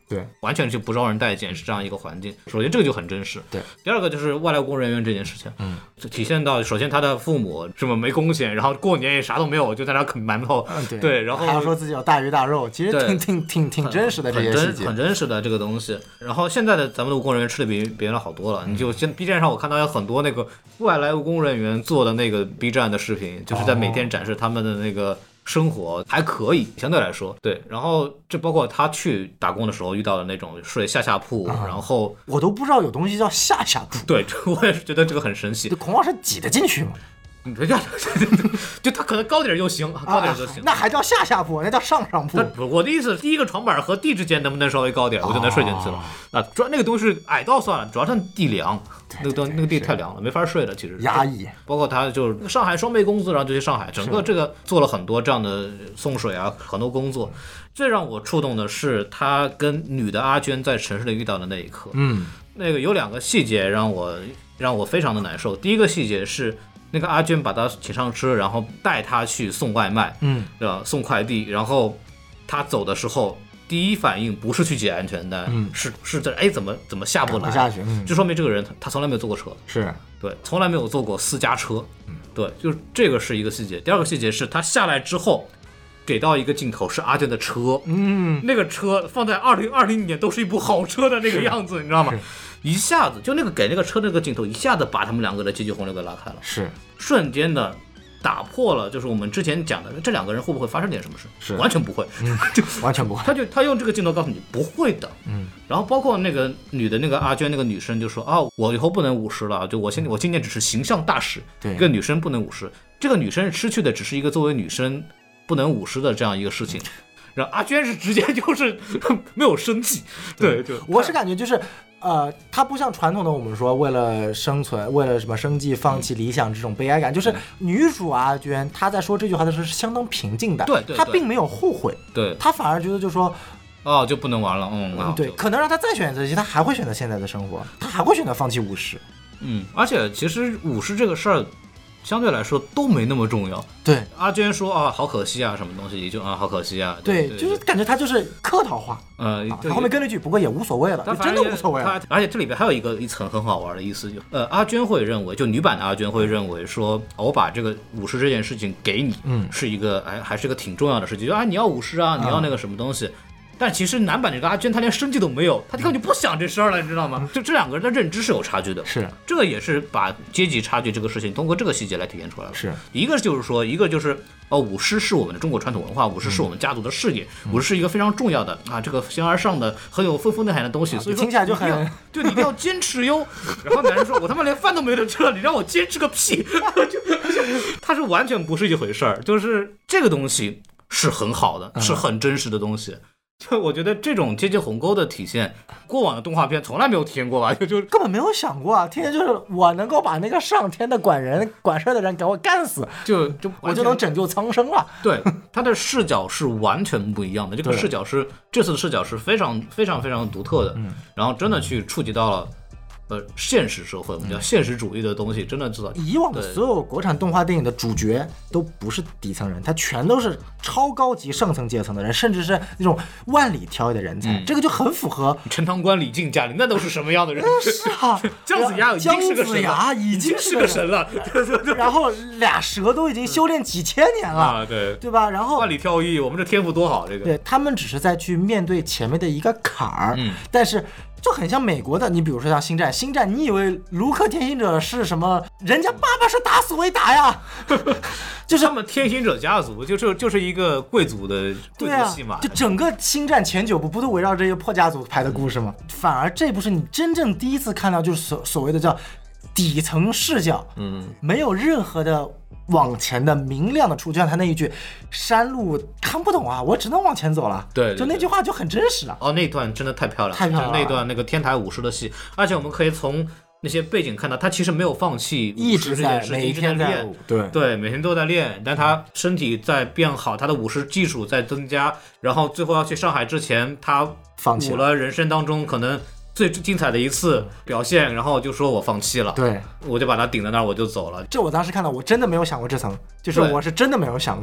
对， 完全就不招人待见，是这样一个环境。首先这个就很真实。 对， 第二个就是外来务工人员这件事情，就体现到首先他的父母什么没贡献，然后过年也啥都没有，就在那啃馒头，对，然后还要说自己有大鱼大肉，其实挺真实的这些细节， 很真实的这个东西。然后现在的咱们的务工人员吃的比别人好多了，你就现 B 站上我看到有很多那个外来务工人员做的那个 B 站的视频，就是在每天展示他们的那个生活还可以，相对来说对。然后这包括他去打工的时候遇到的那种睡下铺，然后我都不知道有东西叫下铺。 对，我也是觉得这个很神奇。 孔老师挤得进去吗？ 就他可能高点就行，高点就行。 那还叫下铺，那叫上铺。 我的意思，第一个床板和地之间能不能稍微高点，我就能睡进去了。啊，主要那个东西矮到算了，主要是地凉，那个地太凉了，没法睡了。其实压抑。包括他就是上海双倍工资，然后就去上海，整个这个做了很多这样的送水啊，很多工作。最让我触动的是他跟女的阿娟在城市里遇到的那一刻。那个有2个细节让我非常的难受。第一个细节是，那个阿娟把他请上车，然后带他去送外卖，送快递，然后他走的时候，第一反应不是去解安全带，是在怎么下不来， 下去， 就说明这个人他从来没有坐过车， 是对， 从来没有坐过私家车，对，就是这个是一个细节。第二个细节是他下来之后，给到一个镜头是阿娟的车，那个车放在2020年都是一部好车的那个样子，你知道吗？一下子就给那个车那个镜头，一下子把他们2个的阶级洪流给拉开了， 是瞬间的打破了，就是我们之前讲的这2个人会不会发生点什么事， 是完全不会， 完全不会。 他用这个镜头告诉你不会的，然后包括那个女的那个阿娟那个女生就说啊，我以后不能舞狮了，就我今年只是形象大使， 对， 一个女生不能舞狮，这个女生失去的只是一个作为女生不能舞狮的这样一个事情。然后阿娟是直接就是没有生气，对， 我是感觉就是他不像传统的我们说为了生存为了什么生计放弃理想这种悲哀感，就是女主阿娟她在说这句话的时候是相当平静的， 对， 她并没有后悔， 对， 她反而觉得就说就不能玩了， 对，可能让她再选择一些，她还会选择现在的生活，她还会选择放弃舞狮， 而且其实舞狮这个事儿相对来说都没那么重要。 对， 阿娟说啊，好可惜啊，什么东西也就好可惜啊。 对，就是感觉他就是客套话。后面跟了一句，不过也无所谓了，真的无所谓了。 而且这里边还有一层很好玩的意思，阿娟会认为，就女版的阿娟会认为说，我把这个舞狮这件事情给你，是一个还是一个挺重要的事情，就你要舞狮啊，你要那个什么东西。但其实男版这个阿娟她连生计都没有，她根本就不想这事儿了，你知道吗？就这2个人的认知是有差距的， 是这个也是把阶级差距这个事情通过这个细节来体现出来了。 是一个就是舞狮是我们的中国传统文化，舞狮是我们家族的事业，舞狮是一个非常重要的这个形而上的很有丰富内涵的东西，所以说听起来就很对，你一定要坚持哟。然后男人说：“我他妈连饭都没得吃了，你让我坚持个屁！”他是完全不是一回事儿，就是这个东西是很好的，是很真实的东西。就我觉得这种阶级鸿沟的体现，过往的动画片从来没有体现过吧？就根本没有想过啊！天天就是我能够把那个上天的管事的人给我干死，我就能拯救苍生了。 对，他的视角是完全不一样的，这个视角是这次的视角是非常非常非常独特的，然后真的去触及到了。现实社会，我们叫现实主义的东西，真的知道。 以往的所有国产动画电影的主角都不是底层人，他全都是超高级上层阶层的人，甚至是那种万里挑一的人才，这个就很符合陈塘关、李靖、贾玲，那都是什么样的人？ 是啊， 姜子牙已经是个神了， 已经是个神了。 然后俩蛇都已经修炼几千年了，对吧？然后万里挑一，我们这天赋多好，这个。 对他们只是在去面对前面的一个坎儿，但是。就很像美国的，你比如说像星战，你以为卢克天行者是什么？人家爸爸是达斯维达呀，就是他们天行者家族就是一个贵族的戏码， 就整个星战前9部不都围绕这些破家族拍的故事吗？反而这部是你真正第一次看到，就是所谓的叫底层视角，没有任何的往前的明亮的处，就像他那一句山路看不懂啊，我只能往前走了。 对， 就那句话就很真实啊。 那段真的太漂亮，太漂亮了。那段那个天台舞狮的戏，而且我们可以从那些背景看到，他其实没有放弃， 一直在每天在练， 对，每天都在练，但他身体在变好，他的舞狮技术在增加，然后最后要去上海之前，他舞了人生当中可能最精彩的一次表现，然后就说我放弃了， 对， 我就把它顶在那儿，我就走了。 这我当时看到，我真的没有想过这层，就是我是真的没有想过。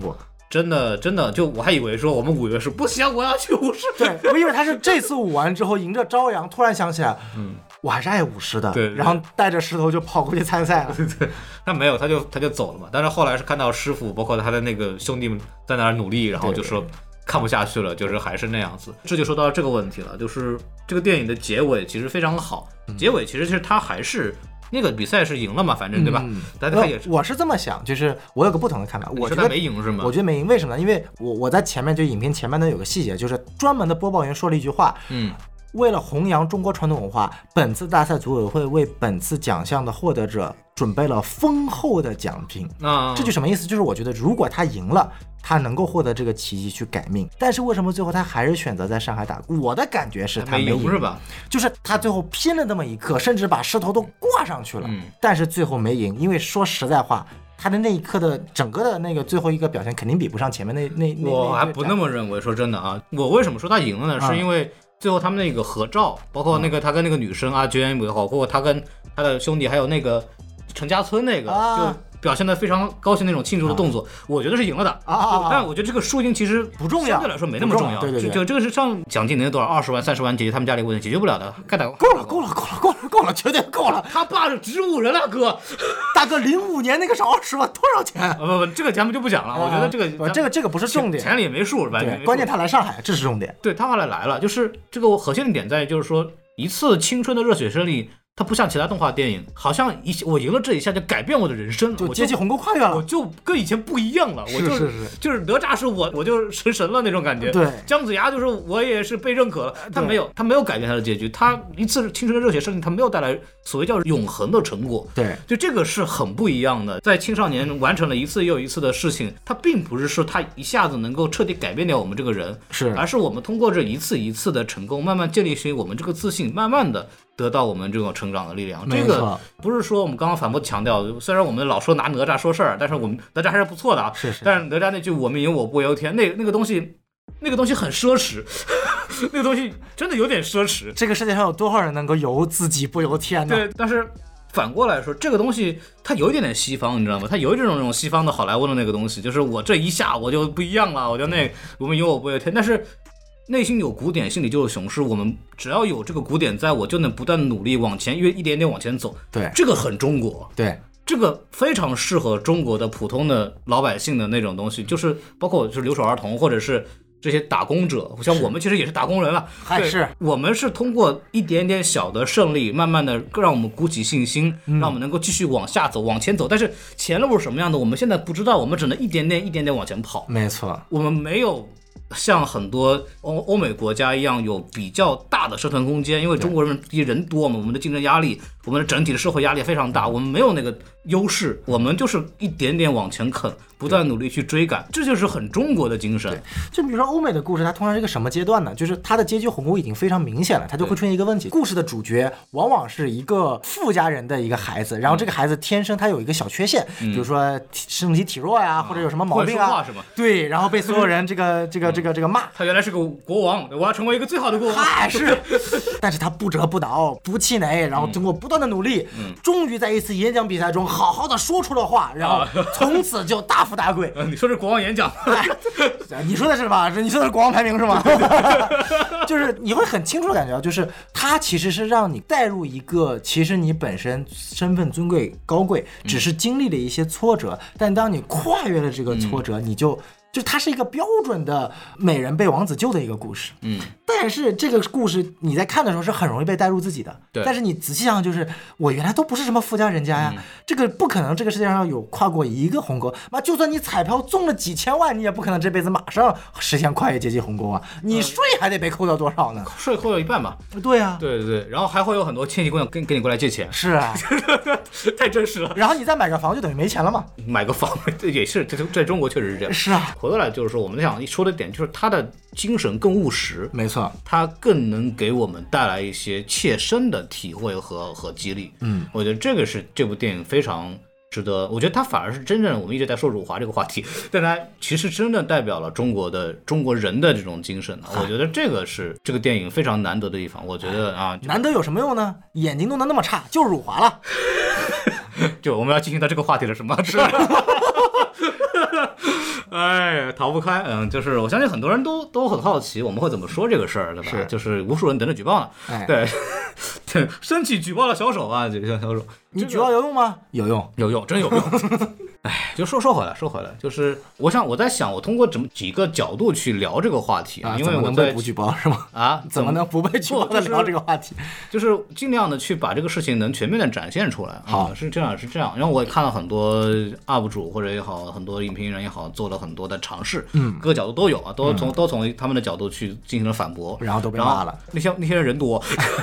真的，就我还以为说我们5月是不行，我要去武士。 对，我以为他是这次舞完之后迎着朝阳，突然想起来，我还是爱武士的， 对， 然后带着石头就跑过去参赛了。 对，他没有，他就走了嘛。但是后来是看到师傅，包括他的那个兄弟们在那儿努力，然后就说看不下去了，就是还是那样子。这就说到这个问题了，就是这个电影的结尾其实非常好，结尾其实他还是。那个比赛是赢了嘛，反正对吧？但他也是， 我是这么想，就是我有个不同的看法。我觉得他没赢是吗？ 我觉得没赢，为什么呢？因为我在前面就影片前面呢有个细节，就是专门的播报员说了一句话，为了弘扬中国传统文化，本次大赛组委会为本次奖项的获得者准备了丰厚的奖品。这就什么意思？就是我觉得如果他赢了，他能够获得这个奇迹去改命，但是为什么最后他还是选择在上海打？我的感觉是他没赢是吧？ 就是他最后拼了那么一刻，甚至把狮头都挂上去了，但是最后没赢，因为说实在话。他的那一刻的整个的那个最后一个表现肯定比不上前面那我还不那么认为。说真的啊，我为什么说他赢了呢？是因为最后他们那个合照，包括那个他跟那个女生阿娟也好，包括他跟他的兄弟，还有那个陈家村那个就表现得非常高兴那种庆祝的动作，我觉得是赢了的但我觉得这个输赢其实不重要， 相对来说没那么重要。 对， 就这个是上奖金能有多少20万30万解决他们家里问题，解决不了的，该打够了，绝对够了。 他爸是植物人啊，哥， 大哥，05年那个是20万，多少钱？ 不，这个咱们就不讲了。我觉得这个不是重点， 钱里也没数是吧？ 对，关键他来上海，这是重点。 对，他后来来了，就是这个核心的点在于，就是说一次青春的热血胜利。它不像其他动画电影，好像我赢了这一下就改变我的人生了， 就阶级鸿沟跨越了， 我就跟以前不一样了，就是哪吒是我就神了那种感觉。 对， 姜子牙就是我也是被认可了，他没有改变他的结局，他一次青春的热血胜利，他没有带来所谓叫永恒的成果。 对， 就这个是很不一样的。在青少年完成了一次又一次的事情，他并不是说他一下子能够彻底改变掉我们这个人，而是我们通过这一次一次的成功，慢慢建立起我们这个自信，慢慢的得到我们这种成长的力量。这个不是说我们刚刚反复强调，虽然我们老说拿哪吒说事儿，但是我们哪吒还是不错的啊。但是哪吒那句我们赢我不由天，那个东西很奢侈，那个东西真的有点奢侈。 这个世界上有多少人能够由自己不由天呢？ 对，但是反过来说，这个东西它有一点点西方，你知道吗？它有一种西方的好莱坞的那个东西，就是我这一下我就不一样了，我就我们赢我不由天，但是。内心有古典，心里就有雄狮。我们只要有这个古典在，我就能不断努力往前，因为一点点往前走。 对， 这个很中国。 对， 这个非常适合中国的普通的老百姓的那种东西，就是包括就是留守儿童，或者是这些打工者，像我们其实也是打工人了。 还是我们是通过一点点小的胜利，慢慢的让我们鼓起信心，让我们能够继续往下走，往前走。但是前路是什么样的，我们现在不知道，我们只能一点点往前跑。 没错， 我们没有。像很多欧美国家一样有比较大的生存空间，因为中国人多嘛，我们的竞争压力，我们的整体的社会压力非常大，我们没有那个优势，我们就是一点点往前啃，不断努力去追赶，这就是很中国的精神。 就比如说欧美的故事，它通常是一个什么阶段呢？就是它的阶级鸿沟已经非常明显了，它就会出现一个问题，故事的主角往往是一个富家人的一个孩子，然后这个孩子天生他有一个小缺陷，比如说身体体弱呀，或者有什么毛病啊，对，然后被所有人这个骂。 他原来是个国王，我要成为一个最好的国王。 是，但是他不折不挠，不气馁，然后通过不断的努力，终于在一次演讲比赛中好好的说出了话，然后从此就大富大贵。 你说是国王演讲？ 你说的是吧？你说的是国王排名是吗？就是你会很清楚的感觉到，就是他其实是让你带入一个，其实你本身身份尊贵高贵，只是经历了一些挫折，但当你跨越了这个挫折，你就它是一个标准的美人被王子救的一个故事，但是这个故事你在看的时候是很容易被带入自己的，但是你仔细想，就是我原来都不是什么富家人家呀，这个不可能，这个世界上有跨过一个鸿沟，就算你彩票中了几千万，你也不可能这辈子马上实现跨越阶级鸿沟啊，你税还得被扣掉多少呢？ 税扣掉一半吧。 对啊， 对，然后还会有很多亲戚姑娘跟你过来借钱。 是啊， 太真实了。 然后你再买个房就等于没钱了嘛。 买个房也是，在中国确实是这样。 是啊。 回过来就是说，我们想说的点就是他的精神更务实， 没错， 他更能给我们带来一些切身的体会和激励。我觉得这个是这部电影非常值得。我觉得它反而是真正我们一直在说辱华这个话题，但它其实真正代表了中国人的这种精神。我觉得这个是这个电影非常难得的地方。我觉得啊， 难得有什么用呢？眼睛弄得那么差，就辱华了。 就我们要进行到这个话题了，什么？是。 哎，逃不开。就是我相信很多人都很好奇我们会怎么说这个事儿，对吧？ 是， 就是无数人等着举报呢。 哎， 对，对，升起举报的小手啊，这个小手， 你举报有用吗？有用， 有用，真有用。哎，就说回来，就是我在想，我通过几个角度去聊这个话题啊， 因为我在不举报是吗？ 啊， 怎么能不被举报的聊这个话题？ 就是尽量的去把这个事情能全面的展现出来。 好， 是这样。然后我也看了很多 UP 主或者也好，很多影评人也好，做了很多的尝试，各个角度都有啊，都从他们的角度去进行了反驳， 然后都被骂了。 那些人多，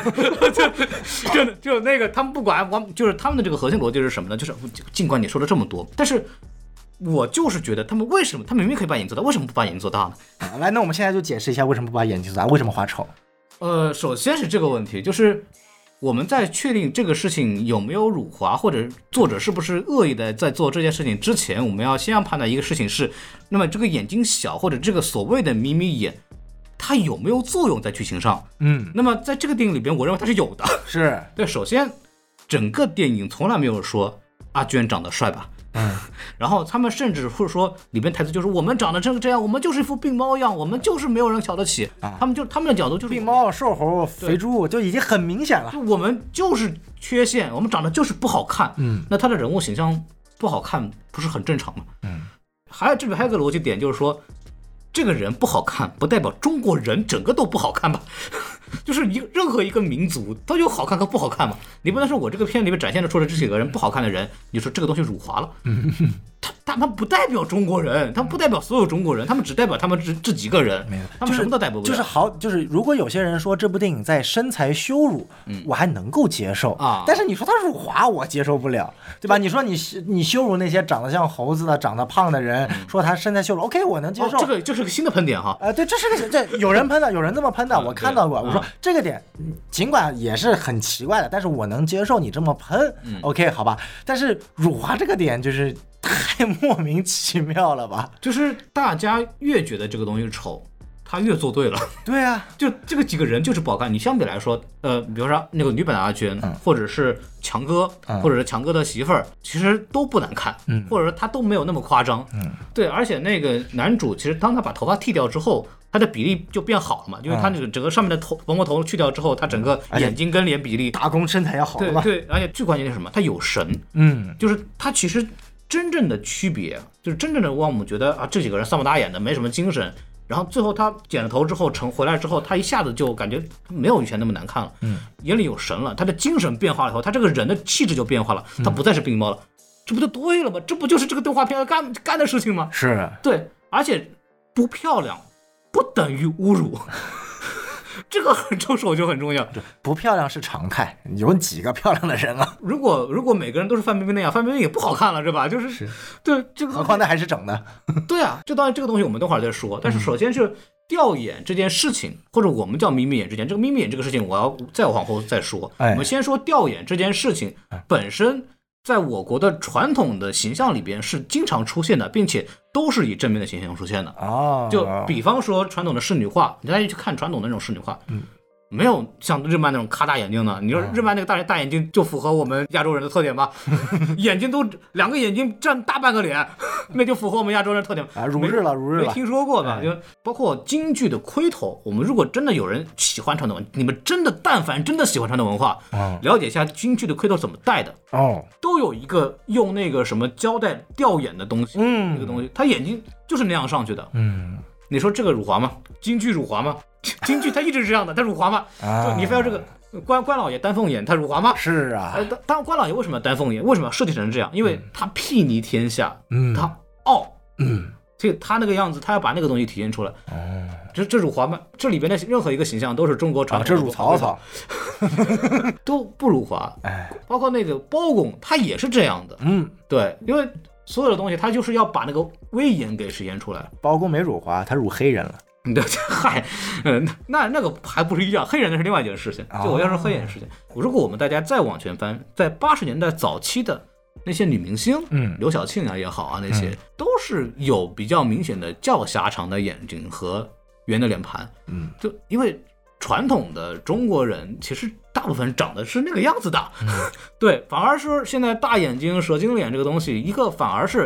就那个他们不管，就是他们的这个核心逻辑是什么呢？就是尽管你说了这么多，但是我就是觉得他们明明可以把眼睛做大，为什么不把眼睛做大呢？ 来，那我们现在就解释一下为什么不把眼睛做大，为什么画丑？ 首先是这个问题，就是我们在确定这个事情有没有辱华，或者作者是不是恶意的在做这件事情之前，我们要先要判断一个事情是，那么这个眼睛小或者这个所谓的眯眯眼，它有没有作用在剧情上？那么在这个电影里边，我认为它是有的。 是对，首先整个电影从来没有说阿娟长得帅吧。然后他们甚至会说里边台词就是我们长得这样，我们就是一副病猫样，我们就是没有人瞧得起。他们的角度就是病猫、瘦猴、肥猪，就已经很明显了。 就我们就是缺陷，我们长得就是不好看。那他的人物形象不好看，不是很正常吗？这里还有个逻辑点，就是说这个人不好看，不代表中国人整个都不好看吧？就是任何一个民族都有好看和不好看嘛，你不能说我这个片里面展现的出了这几个人不好看的人，你说这个东西辱华了。他们不代表中国人，他们不代表所有中国人，他们只代表他们这几个人，他们什么都代表不了。 就是如果有些人说这部电影在身材羞辱，我还能够接受啊， 但是你说他辱华，我接受不了，对吧？你说你羞辱那些长得像猴子的、长得胖的人，说他身材羞辱 ，OK， 我能接受。 这是个新的喷点哈。 对，这有人喷的，有人这么喷的，我看到过。我说这个点尽管也是很奇怪的，但是我能接受你这么喷，OK， 好吧？但是辱华这个点就是太莫名其妙了吧？ 就是大家越觉得这个东西丑，他越做对了。 对啊， 就这个几个人就是不好看。你相比来说，比如说那个女版的阿娟，或者是强哥，或者是强哥的媳妇儿，其实都不难看，或者说他都没有那么夸张，对。而且那个男主其实当他把头发剃掉之后，他的比例就变好了嘛，因为他那个整个上面的王国头去掉之后，他整个眼睛跟脸比例， 打工身材要好了嘛。 对，而且最关键是什么？他有神，就是他其实真正的区别，就是真正的让我们觉得啊，这几个人丧不打眼的，没什么精神。然后最后他剪了头之后回来之后，他一下子就感觉没有以前那么难看了，眼里有神了，他的精神变化了以后，他这个人的气质就变化了，他不再是病猫了，这不就对了吗？这不就是这个动画片干的事情吗？ 是对，而且不漂亮不等于侮辱。这个手就很重要， 不漂亮是常态，有几个漂亮的人啊？ 如果每个人都是范冰冰那样，范冰冰也不好看了，是吧？就是对这个， 何况那还是整的。 对啊，当然这个东西我们等会儿再说。但是首先是吊眼这件事情，或者我们叫眯眯眼之间，这个眯眯眼这个事情，我要再往后再说。我们先说吊眼这件事情本身，在我国的传统的形象里边是经常出现的，并且都是以正面的形象出现的。就比方说传统的仕女画，你大家去看传统的那种仕女画，没有像日漫那种咔大眼睛的。你说日漫那个大眼睛就符合我们亚洲人的特点吧？眼睛都两个眼睛占大半个脸，那就符合我们亚洲人的特点啊！如日了， 没听说过吧？就包括京剧的盔头，我们如果真的有人喜欢传统，你们但凡真的喜欢传统文化，了解一下京剧的盔头怎么戴的都有一个用那个什么胶带吊眼的东西，那个东西，他眼睛就是那样上去的，你说这个辱华吗？京剧辱华吗？京剧它一直是这样的，它辱华吗？就你非要这个关老爷丹凤眼，他辱华吗？ 是啊， 当关老爷为什么要丹凤眼？为什么要设计成这样？因为他睥睨天下，他傲，所以他那个样子，他要把那个东西体现出来。这辱华吗？这里边的任何一个形象都是中国传统， 这辱曹操都不辱华。包括那个包公，他也是这样的。对，因为所有的东西，他就是要把那个威严给实现出来。 包公没辱华，他辱黑人了。 嗨，那个还不是一样，黑人那是另外一件事情。就我要是黑人的事情，如果我们大家再往前翻，在80年代早期的那些女明星，刘晓庆啊也好啊，那些都是有比较明显的较狭长的眼睛和圆的脸盘。就因为传统的中国人其实大部分长得是那个样子的，对，反而是现在大眼睛蛇精脸这个东西，一个反而是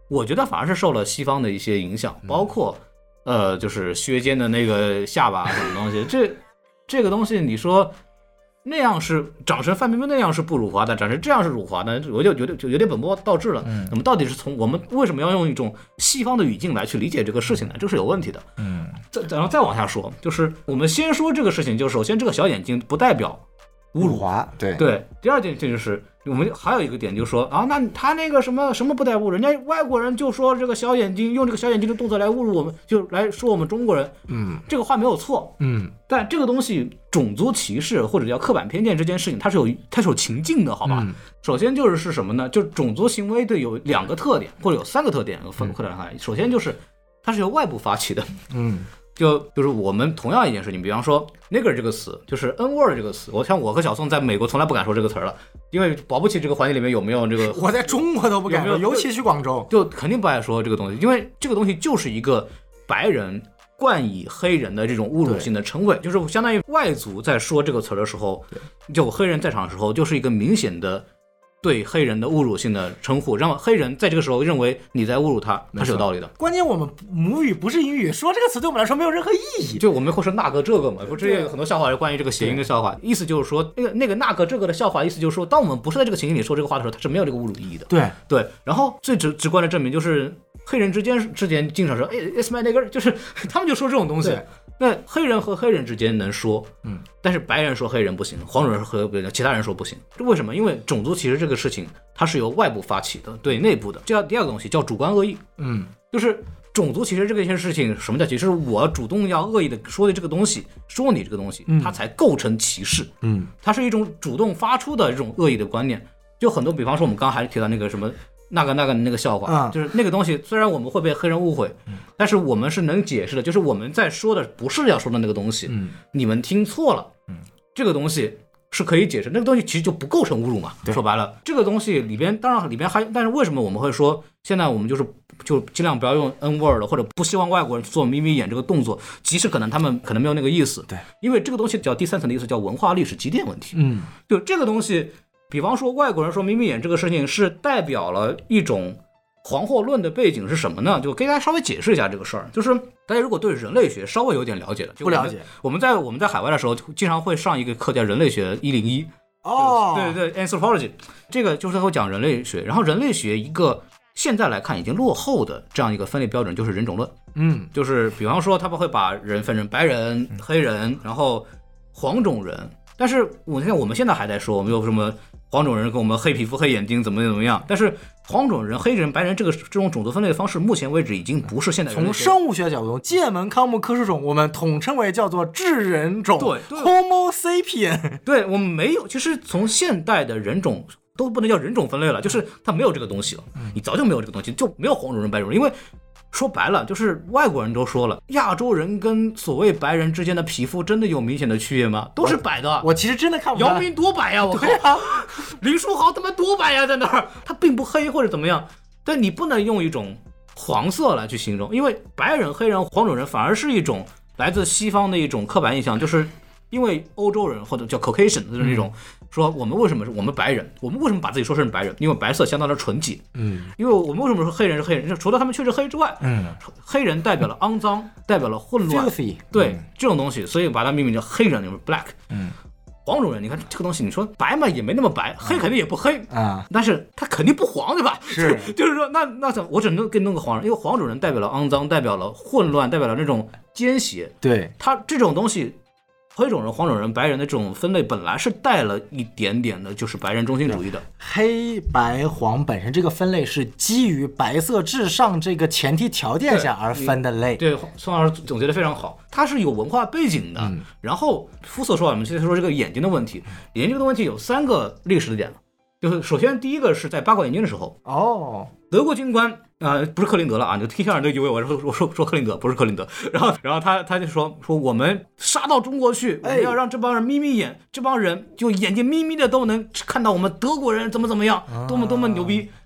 我觉得反而是受了西方的一些影响，包括就是削尖的那个下巴什么东西，这个东西你说那样是长成范冰冰那样是不辱华的，长成这样是辱华的，我就有点本末倒置了。那么到底是从我们为什么要用一种西方的语境来去理解这个事情呢？这是有问题的。然后再往下说，就是我们先说这个事情，就首先这个小眼睛不代表侮辱华，对。 第二点这就是我们还有一个点，就是说啊，那他那个什么不带侮辱，人家外国人就说这个小眼睛用这个小眼睛的动作来侮辱我们，就来说我们中国人，这个话没有错，但这个东西种族歧视或者叫刻板偏见这件事情，它是有情境的，好吧？首先是什么呢？就种族行为的有2个特点，或者有3个特点分开来。首先就是它是由外部发起的，就是我们同样一件事情，比方说 nigger 这个词，就是 N word 这个词，我和小宋在美国从来不敢说这个词了，因为保不齐这个环境里面有没有这个， 我在中国都不敢说，尤其去广州， 就肯定不爱说这个东西，因为这个东西就是一个白人冠以黑人的这种侮辱性的称谓，就是相当于外族在说这个词的时候，就黑人在场的时候，就是一个明显的对黑人的侮辱性的称呼，让黑人在这个时候认为你在侮辱他，他是有道理的。 关键我们母语不是英语，说这个词对我们来说没有任何意义。 就我们会说那个这个嘛，不是有很多笑话是关于这个谐音的笑话，意思就是说那个这个的笑话，意思就是说，当我们不是在这个情境里说这个话的时候，它是没有这个侮辱意义的。对。然后最直观的证明就是黑人之间经常说，it's my nigger， 就是他们就说这种东西。那黑人和黑人之间能说，但是白人说黑人不行，黄种人和其他人说不行，这为什么？因为种族歧视这个事情，它是由外部发起的，对内部的。这第二个东西叫主观恶意，就是种族歧视这个一件事情，什么叫歧视？是我主动要恶意的说的这个东西，说你这个东西，它才构成歧视。它是一种主动发出的这种恶意的观念。就很多，比方说我们刚刚还提到那个什么。那个笑话，就是那个东西，虽然我们会被黑人误会，但是我们是能解释的，就是我们在说的不是要说的那个东西，你们听错了，这个东西是可以解释，那个东西其实就不构成侮辱嘛。说白了，这个东西里边当然里边还，但是为什么我们会说现在我们就尽量不要用 N word 或者不希望外国人做眯眯眼这个动作，即使他们可能没有那个意思， 对， 因为这个东西叫第3层的意思，叫文化历史积淀问题。就这个东西。比方说外国人说眯眯眼这个事情是代表了一种黄祸论的背景是什么呢？就给大家稍微解释一下这个事儿。就是大家如果对人类学稍微有点了解的， 不了解， 我们在海外的时候经常会上一个课叫人类学101。对 anthropology， 这个就是会讲人类学。然后人类学一个现在来看已经落后的这样一个分类标准就是人种论。就是比方说他们会把人分成白人、黑人，然后黄种人。但是我们现在还在说我们有什么黄种人跟我们黑皮肤黑眼睛怎么样，但是黄种人黑人白人这种种族分类的方式目前为止已经不是现代人类学。 从生物学角度，界门纲目科属种我们统称为叫做智人种， 对 Homo sapien。 对，我们没有，其实从现代的人种都不能叫人种分类了，就是它没有这个东西了，你早就没有这个东西，就没有黄种人白种人。因为说白了，就是外国人都说了，亚洲人跟所谓白人之间的皮肤真的有明显的区别吗？都是白的。 我其实真的看不出来。 姚明多白呀！我靠，林书豪他妈多白呀，在那儿，他并不黑或者怎么样，但你不能用一种黄色来去形容，因为白人、黑人、黄种人反而是一种来自西方的一种刻板印象，就是因为欧洲人或者叫 Caucasian 就是那种。说我们为什么是我们白人？我们为什么把自己说成白人？因为白色相当的纯洁。因为我们为什么说黑人是黑人？除了他们确实黑之外，黑人代表了肮脏，代表了混乱，对这种东西，所以把它命名叫黑人，就是 black。黄种人，你看这个东西，你说白嘛也没那么白，黑肯定也不黑啊，但是他肯定不黄，对吧？ 是， 就是说，那怎么我只能给弄个黄人？因为黄种人代表了肮脏，代表了混乱，代表了那种奸邪。 对， 他这种东西。黑种人、黄种人、白人的这种分类本来是带了一点点的，就是白人中心主义的。 黑白黄本身这个分类是基于白色至上这个前提条件下而分的类。 对，宋老师总结的非常好，它是有文化背景的。然后肤色说完，我们现在说这个眼睛的问题，眼睛的问题有3个历史点，就是首先第一个是在八卦眼睛的时候，德国军官不是克林德了啊，你就听相声都以为我说克林德，不是克林德。然后他就说我们杀到中国去，我们要让这帮人眯眯眼，这帮人就眼睛眯眯的都能看到我们德国人怎么样，多么牛逼。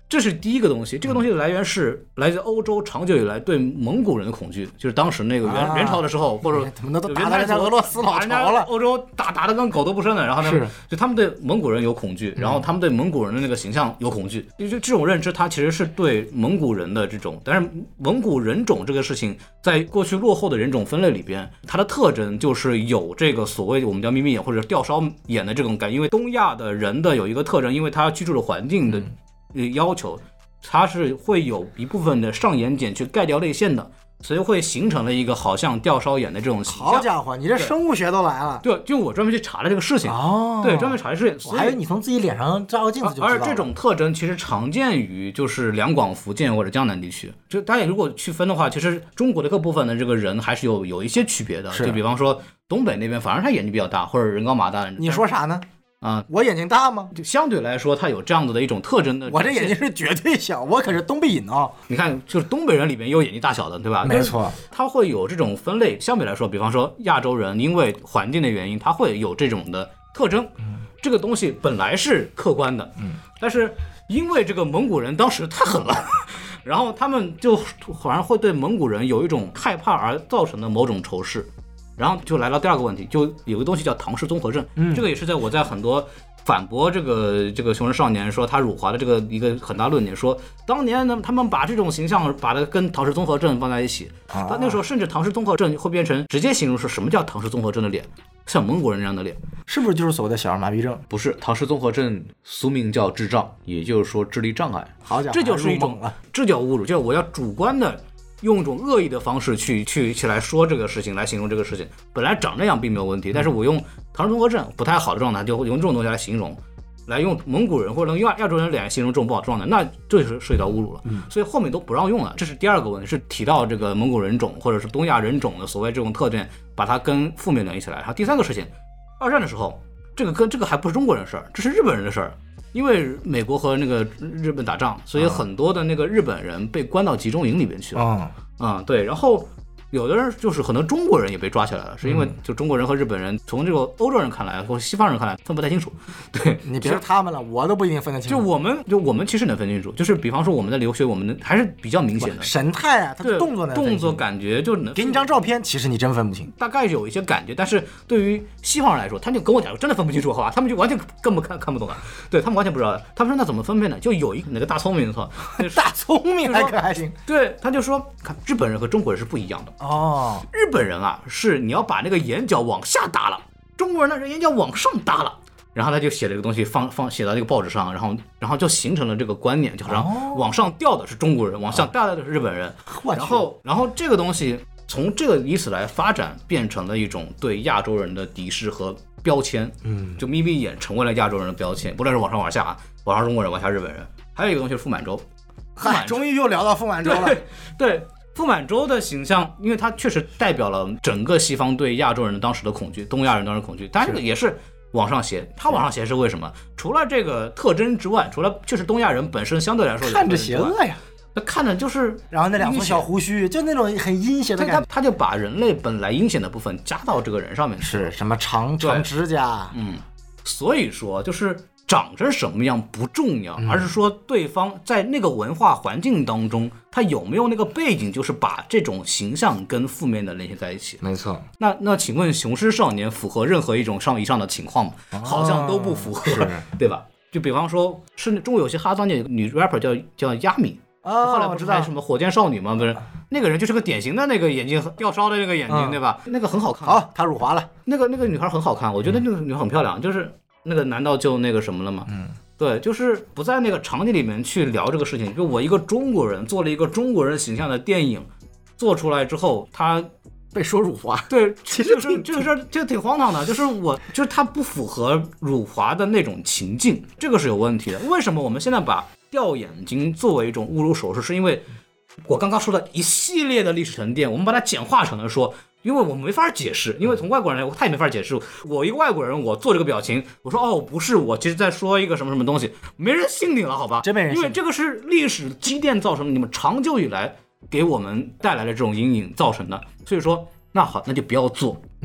这是第一个东西，这个东西的来源是来自欧洲长久以来对蒙古人的恐惧，就是当时那个元朝的时候，或者他们都打到人家俄罗斯老巢了， 欧洲打得跟狗都不生的，然后呢，就他们对蒙古人有恐惧，然后他们对蒙古人的那个形象有恐惧，就这种认知，它其实是对蒙古人的这种，但是蒙古人种这个事情，在过去落后的人种分类里边，它的特征就是有这个所谓我们叫眯眯眼或者吊梢眼的这种感，因为东亚的人的有一个特征，因为他居住的环境的要求，它是会有一部分的上眼睑去盖掉泪腺的，所以会形成了一个好像吊梢眼的这种形象。 好家伙，你这生物学都来了。 对，就我专门去查了这个事情。 哦， 对，专门查这事情。 我还以为你从自己脸上照个镜子就知道了。 而这种特征其实常见于就是两广、福建或者江南地区。就大家如果区分的话，其实中国的各部分的这个人还是有一些区别的。就比方说东北那边，反而他眼睛比较大，或者人高马大的。 你说啥呢？ 我眼睛大吗？ 就相对来说，它有这样子的一种特征的。 我这眼睛是绝对小，我可是东北人哦。 你看，就是东北人里面有眼睛大小的，对吧？ 没错， 它会有这种分类。相比来说，比方说亚洲人，因为环境的原因，它会有这种的特征。这个东西本来是客观的，但是因为这个蒙古人当时太狠了，然后他们就好像会对蒙古人有一种害怕而造成的某种仇视。然后就来到第二个问题，就有个东西叫唐氏综合症，这个也是我在很多反驳这个熊人少年说他辱华的这个一个很大论点，说当年呢他们把这种形象把它跟唐氏综合症放在一起，但那个时候甚至唐氏综合症会变成直接形容是什么叫唐氏综合症的脸，像蒙古人这样的脸， 是不是就是所谓的小儿麻痹症？ 不是，唐氏综合症俗名叫智障，也就是说智力障碍。 好家伙， 这就是一种这叫侮辱，就是我要主观的用一种恶意的方式去来说这个事情，来形容这个事情。本来长这样并没有问题，但是我用唐氏综合症不太好的状态，就用这种东西来形容，来用蒙古人或者用亚洲人脸形容这种不好的状态，那这就是涉及到侮辱了。所以后面都不让用了。这是第二个问题，是提到这个蒙古人种或者是东亚人种的所谓这种特点，把它跟负面联系起来。然后第三个事情，二战的时候，这个还不是中国人的事儿，这是日本人的事儿。因为美国和那个日本打仗，所以很多的那个日本人被关到集中营里边去了。对，然后有的人就是很多中国人也被抓起来了，是因为就中国人和日本人从这个欧洲人看来或西方人看来分不太清楚。对， 你别说他们了，我都不一定分得清楚。 就我们其实能分清楚，就是比方说我们的留学，我们还是比较明显的神态啊，他的动作感觉就能给你张照片，其实你真分不清， 大概有一些感觉，但是对于西方人来说，他就跟我讲，真的分不清楚，好吧？他们就完全根本看不懂啊，对他们完全不知道的。他们说那怎么分辨呢？就有一个哪个大聪明的大聪明还行， 对，他就说看日本人和中国人是不一样的。日本人啊，是你要把那个眼角往下搭了，中国人呢是眼角往上搭了，然后他就写了一个东西写到这个报纸上，然后就形成了这个观念，就好像往上吊的是中国人，往下搭的是日本人，然后这个东西从这个以此来发展，变成了一种对亚洲人的敌视和标签，就眯眯眼成为了亚洲人的标签，不论是往上往下，往上中国人，往下日本人。还有一个东西是傅满洲， 终于又聊到傅满洲了， 对。傅满洲的形象，因为他确实代表了整个西方对亚洲人当时的恐惧，东亚人当时的恐惧，但是也是往上斜。他往上斜是为什么？除了这个特征之外，除了就是东亚人本身相对来说看着邪恶呀， 他看着就是， 然后那两撮小胡须，就那种很阴险的感觉。 他就把人类本来阴险的部分加到这个人上面去， 是什么长指甲？ 所以说就是长成什么样不重要，而是说对方在那个文化环境当中，他有没有那个背景，就是把这种形象跟负面的联系在一起。 没错。 那请问雄狮少年符合任何一种以上的情况吗？好像都不符合，对吧？就比方说，是中国有些哈桑界有个女 rapper 叫亚米。后来不是在什么火箭少女吗？不是，那个人就是个典型的那个眼睛吊梢的那个眼睛，对吧？那个很好看。 好，她辱华了。 那个女孩很好看，我觉得那个女孩很漂亮，就是那个难道就那个什么了吗？对，就是不在那个场景里面去聊这个事情。就我一个中国人做了一个中国人形象的电影，做出来之后，他被说辱华。 对，其实这个事儿就挺荒唐的，就是他不符合辱华的那种情境，这个是有问题的。为什么我们现在把吊眼睛作为一种侮辱手势？是因为我刚刚说的一系列的历史沉淀，我们把它简化成了说，因为我没法解释，因为从外国人来，他也没法解释。我一个外国人，我做这个表情，我说哦不是，我其实在说一个什么什么东西，没人信你了，好吧？ 真没人信， 因为这个是历史积淀造成的，你们长久以来给我们带来的这种阴影造成的。所以说，那好，那就不要做。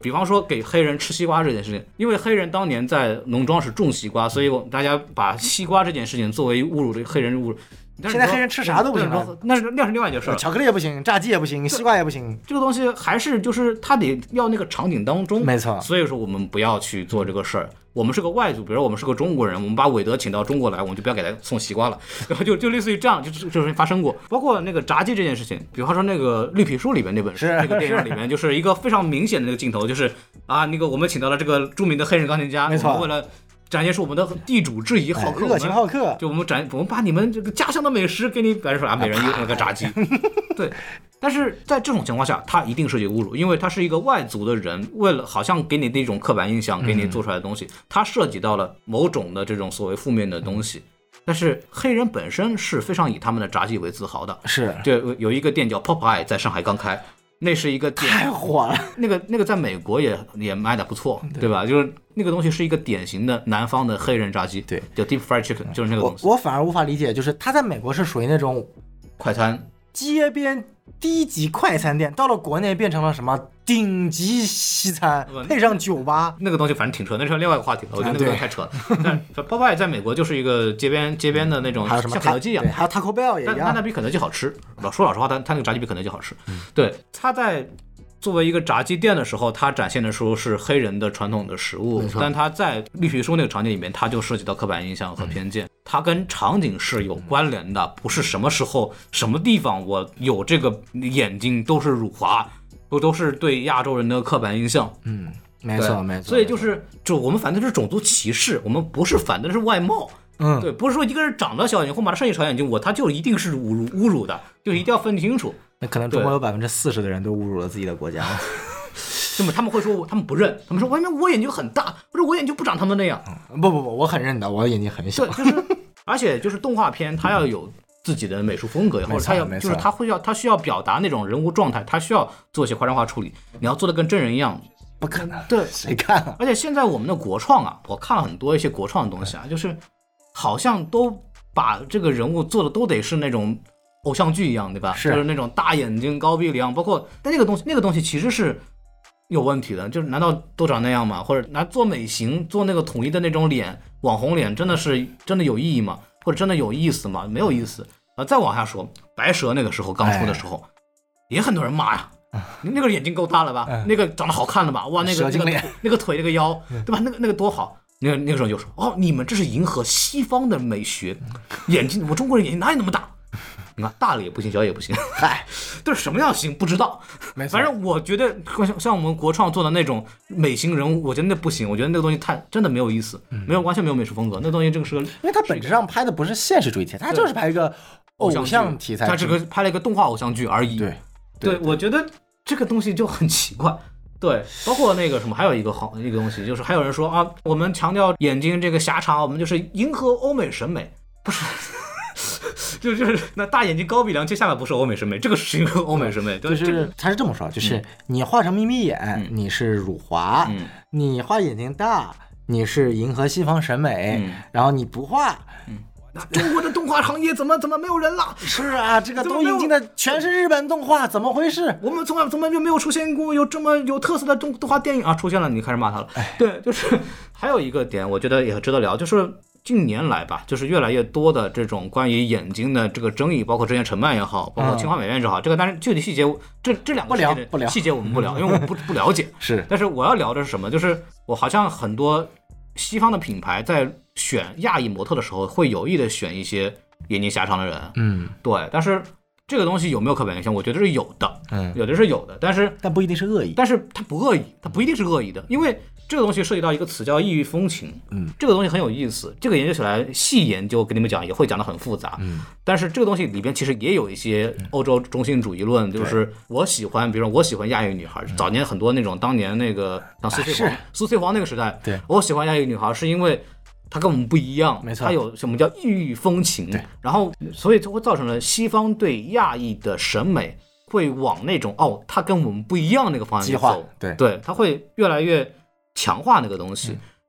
比方说给黑人吃西瓜这件事情，因为黑人当年在农庄是种西瓜，所以大家把西瓜这件事情作为侮辱这个黑人侮辱。 现在黑人吃啥都不行了， 那是另外一件事。 巧克力也不行，炸鸡也不行，西瓜也不行。 这个东西还是就是他得要那个场景当中， 没错。 所以说我们不要去做这个事儿。我们是个外族，比如说我们是个中国人，我们把韦德请到中国来，我们就不要给他送西瓜了，然后就类似于这样，这事情发生过。包括那个炸鸡这件事情，比方说那个绿皮书里面那本书，那个电影里面就是一个非常明显的那个镜头，就是啊，那个我们请到了这个著名的黑人钢琴家， 没错， 为了展现出我们的地主之谊好客， 热情好客， 就我们把你们这个家乡的美食给你表示出来，每人有那个炸鸡，对。但是在这种情况下，他一定涉及侮辱，因为他是一个外族的人，为了好像给你那种刻板印象，给你做出来的东西，他涉及到了某种的这种所谓负面的东西。但是黑人本身是非常以他们的炸鸡为自豪的， 是， 就有一个店叫 Popeye 在上海刚开。那是一个太火了， 那个在美国也卖的不错，对吧？就是那个东西是一个典型的南方的黑人炸鸡， 对， 叫 deep fried chicken， 就是那个东西。 我反而无法理解，就是它在美国是属于那种快餐街边低级快餐店，到了国内变成了什么顶级西餐，配上酒吧， 那个东西反正挺扯，那是另外一个话题了。我觉得那个东西太扯了。但 Popeye 在美国就是一个街边的那种， 还有什么像肯德基一样， 还有 Taco Bell 也一样， 但它比肯德基好吃。说老实话，它那个炸鸡比肯德基好吃。对，它在作为一个炸鸡店的时候，它展现的时候是黑人的传统的食物，但它在绿皮书那个场景里面，它就涉及到刻板印象和偏见，它跟场景是有关联的，不是什么时候什么地方我有这个眼睛都是辱华，都是对亚洲人的刻板印象。 没错没错。 所以就我们反对的是种族歧视，我们不是反对的是外貌。对，不是说一个人长得小眼睛或把他设计小眼睛，他就一定是侮辱的，就一定要分清楚。 那可能中国有40%的人都侮辱了自己的国家。 那么他们会说他们不认，他们说我眼睛很大，或者我眼睛不长他们那样。 不，我很认的，我眼睛很小。 对，就是而且就是动画片，它要有自己的美术风格，或者它需要表达那种人物状态，它需要做一些夸张化处理。你要做的跟真人一样， 不可能。 对， 谁看啊？ 而且现在我们的国创啊，我看了很多一些国创的东西啊，就是好像都把这个人物做的都得是那种偶像剧一样，对吧？就是那种大眼睛、高鼻梁，包括但那个东西其实是有问题的，就是难道都长那样吗？或者做美型、做那个统一的那种脸、网红脸，真的有意义吗？或者真的有意思吗？没有意思。再往下说，白蛇那个时候刚出的时候，也很多人骂呀。那个眼睛够大了吧？那个长得好看了吧？哇，那个腿那个腰，对吧？那个多好。那个时候就说你们这是迎合西方的美学，眼睛我中国人眼睛哪有那么大？你看大了也不行，小也不行，嗨，这是什么样行不知道。反正我觉得像我们国创做的那种美型人物，我觉得那不行，我觉得那个东西真的没有意思，完全没有美术风格。那东西这个是个，因为它本质上拍的不是现实主义题材，它就是拍一个偶像题材， 它这个拍了一个动画偶像剧而已。对，我觉得这个东西就很奇怪。对，包括那个什么，还有一个东西，就是还有人说我们强调眼睛这个狭长，我们就是迎合欧美审美，不是，就是那大眼睛高鼻梁，接下来不是欧美审美，这个是迎合欧美审美， 就是他是这么说，就是你画成眯眯眼，你是辱华，你画眼睛大，你是迎合西方审美，然后你不画。 中国的动画行业怎么没有人了？ 是啊，这个都引进的全是日本动画，怎么回事？ 我们从来就没有出现过有这么有特色的动画电影啊！出现了，你开始骂他了。对，就是还有一个点，我觉得也值得聊，就是近年来吧，就是越来越多的这种关于眼睛的这个争议，包括之前陈漫也好，包括清华美院也好，这个但是具体细节这两个细节我们不聊，因为我们不了解。 是， 但是我要聊的是什么？就是我好像很多西方的品牌在选亚裔模特的时候，会有意的选一些眼睛狭长的人。对。但是这个东西有没有刻板印象？我觉得是有的。有的是有的， 但不一定是恶意。 但是它不恶意，它不一定是恶意的，因为这个东西涉及到一个词叫异域风情。这个东西很有意思，这个研究起来细研究跟你们讲也会讲得很复杂。但是这个东西里边其实也有一些欧洲中心主义论，就是我喜欢，比如说我喜欢亚裔女孩，早年很多那种当年那个像苏翠黄那个时代， 对， 我喜欢亚裔女孩是因为它跟我们不一样， 没错， 它有什么叫异域风情，然后所以就会造成了西方对亚裔的审美会往那种它跟我们不一样那个方向去走， 对， 它会越来越强化那个东西。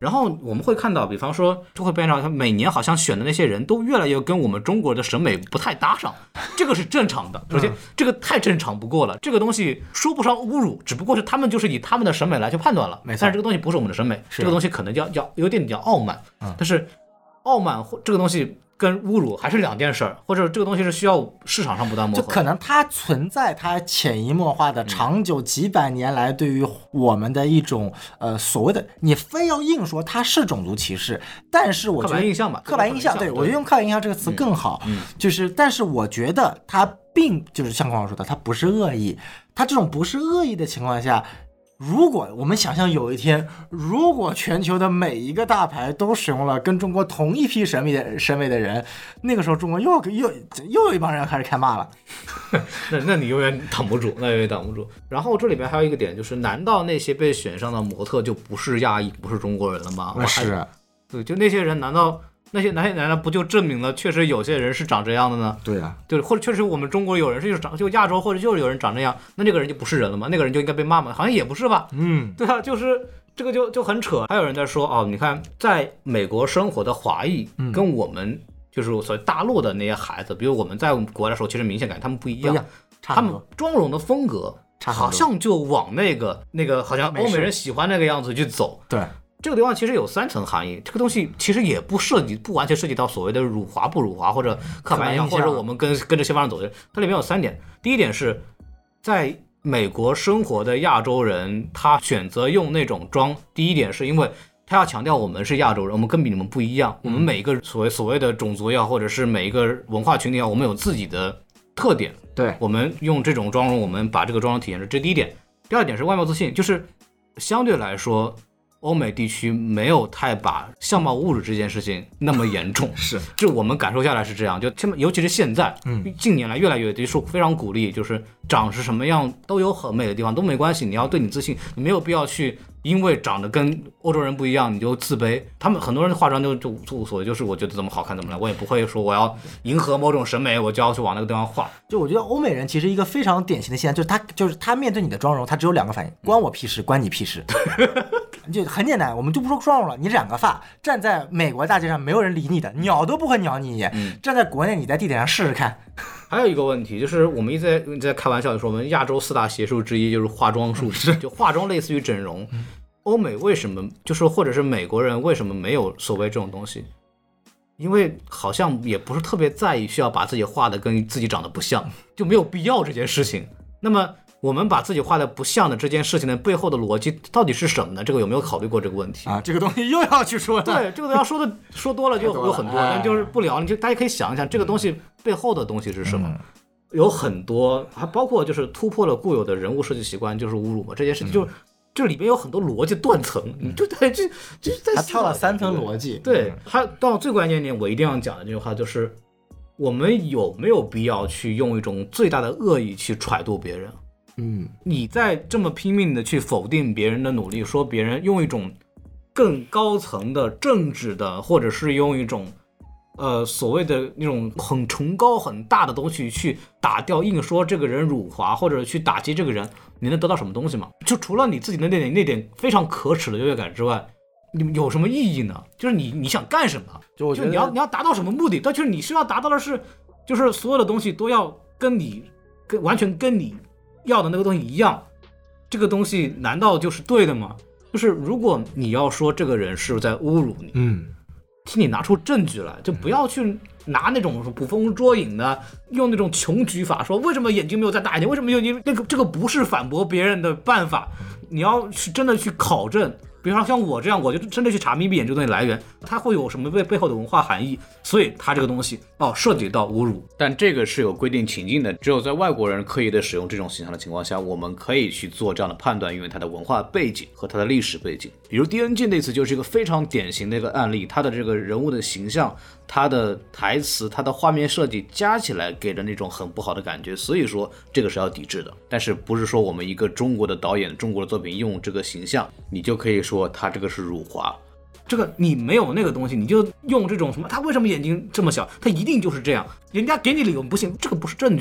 然后我们会看到，比方说就会变成每年好像选的那些人都越来越跟我们中国的审美不太搭上，这个是正常的。首先，这个太正常不过了，这个东西说不上侮辱，只不过是他们就是以他们的审美来去判断了。 没错， 但是这个东西不是我们的审美，这个东西可能要有点傲慢。但是傲慢这个东西跟侮辱还是两件事儿，或者这个东西是需要市场上不断磨合， 就可能它存在它潜移默化的长久几百年来对于我们的一种所谓的，你非要硬说它是种族歧视，但是我觉得刻板印象吧， 刻板印象，对，我觉得用刻板印象这个词更好，就是但是我觉得它并就是像光说的，它不是恶意，它这种不是恶意的情况下。如果我们想象有一天，如果全球的每一个大牌都使用了跟中国同一批审美的人，那个时候中国又有一帮人要开始开骂了。 那你永远挡不住，那永远挡不住。然后这里边还有一个点就是，难道那些被选上的模特就不是亚裔，不是中国人了吗？ 是， 对，就那些人难道不就证明了确实有些人是长这样的呢？ 对啊， 对，或者确实我们中国有人是就亚洲或者就是有人长这样，那这个人就不是人了吗？那个人就应该被骂吗？好像也不是吧？对啊，就是这个就很扯。还有人在说哦，你看在美国生活的华裔跟我们就是所谓大陆的那些孩子，比如我们在国外的时候，其实明显感觉他们不一样，他们妆容的风格好像就往那个好像欧美人喜欢那个样子去走。 对。 这个地方其实有3层含义，这个东西其实也不完全涉及到所谓的辱华不辱华或者刻板印象，或者我们跟着西方人走的。它里面有3点，第一点是在美国生活的亚洲人，他选择用那种妆，第一点是因为他要强调我们是亚洲人，我们跟你们不一样，我们每一个所谓的种族也好，或者是每一个文化群体也好，我们有自己的特点。 对， 我们用这种妆容，我们把这个妆容体现出，这第一点。第二点是外貌自信，就是相对来说。欧美地区没有太把相貌侮辱这件事情那么严重， 是， 这我们感受下来是这样，就尤其是现在，近年来越来越多非常鼓励，就是长是什么样都有很美的地方都没关系，你要对你自信，你没有必要去因为长得跟欧洲人不一样你就自卑。他们很多人化妆就无所谓，就是我觉得怎么好看怎么来，我也不会说我要迎合某种审美，我就要去往那个地方画。 就我觉得欧美人其实一个非常典型的现象，就是他面对你的妆容，他只有2个反应：关我屁事，关你屁事。就很简单，我们就不说妆容了，你染个发，站在美国大街上没有人理你的，鸟都不会鸟你一眼。站在国内，你在地铁上试试看。 还有一个问题就是，我们一直在开玩笑的说，我们亚洲4大邪术之一就是化妆术，就化妆类似于整容。欧美为什么就是或者是美国人为什么没有所谓这种东西？因为好像也不是特别在意需要把自己画的跟自己长得不像，就没有必要这件事情。那么我们把自己画的不像的这件事情的背后的逻辑到底是什么呢？这个有没有考虑过这个问题啊？这个东西又要去说了。 对，这个要说多了就有很多，但就是不聊，大家可以想一想这个东西背后的东西是什么。有很多，还包括就是突破了固有的人物设计习惯，就是侮辱嘛，这件事情就里面有很多逻辑断层，你就在这他跳了3层逻辑。 对，他到最关键点，我一定要讲的这句话就是，我们有没有必要去用一种最大的恶意去揣度别人？你在这么拼命的去否定别人的努力，说别人用一种更高层的政治的，或者是用一种所谓的那种很崇高很大的东西去打掉，硬说这个人辱华或者去打击这个人，你能得到什么东西吗？就除了你自己的那点非常可耻的优越感之外，你有什么意义呢？就是你想干什么？ 就我觉得你要达到什么目的？但就是你需要达到的是，就是所有的东西都要完全跟你要的那个东西一样，这个东西难道就是对的吗？就是如果你要说这个人是在侮辱你，请你拿出证据来，就不要去拿那种捕风捉影的，用那种穷举法说为什么眼睛没有再大一点，为什么眼睛这个不是反驳别人的办法，你要去真的去考证。比如说像我这样，我就真的去查眯眯眼这个东西来源，它会有什么背后的文化含义，所以它这个东西涉及到侮辱。但这个是有规定情境的，只有在外国人刻意的使用这种形象的情况下，我们可以去做这样的判断，因为它的文化背景和它的历史背景。比如 DNG 那次就是一个非常典型的一个案例，它的这个人物的形象，它的台词，它的画面设计加起来给人那种很不好的感觉，所以说这个是要抵制的。但是不是说我们一个中国的导演、中国的作品用这个形象，你就可以说他这个是辱华。这个你没有那个东西，你就用这种什么他为什么眼睛这么小，他一定就是这样，人家给你理由不信，这个不是证据。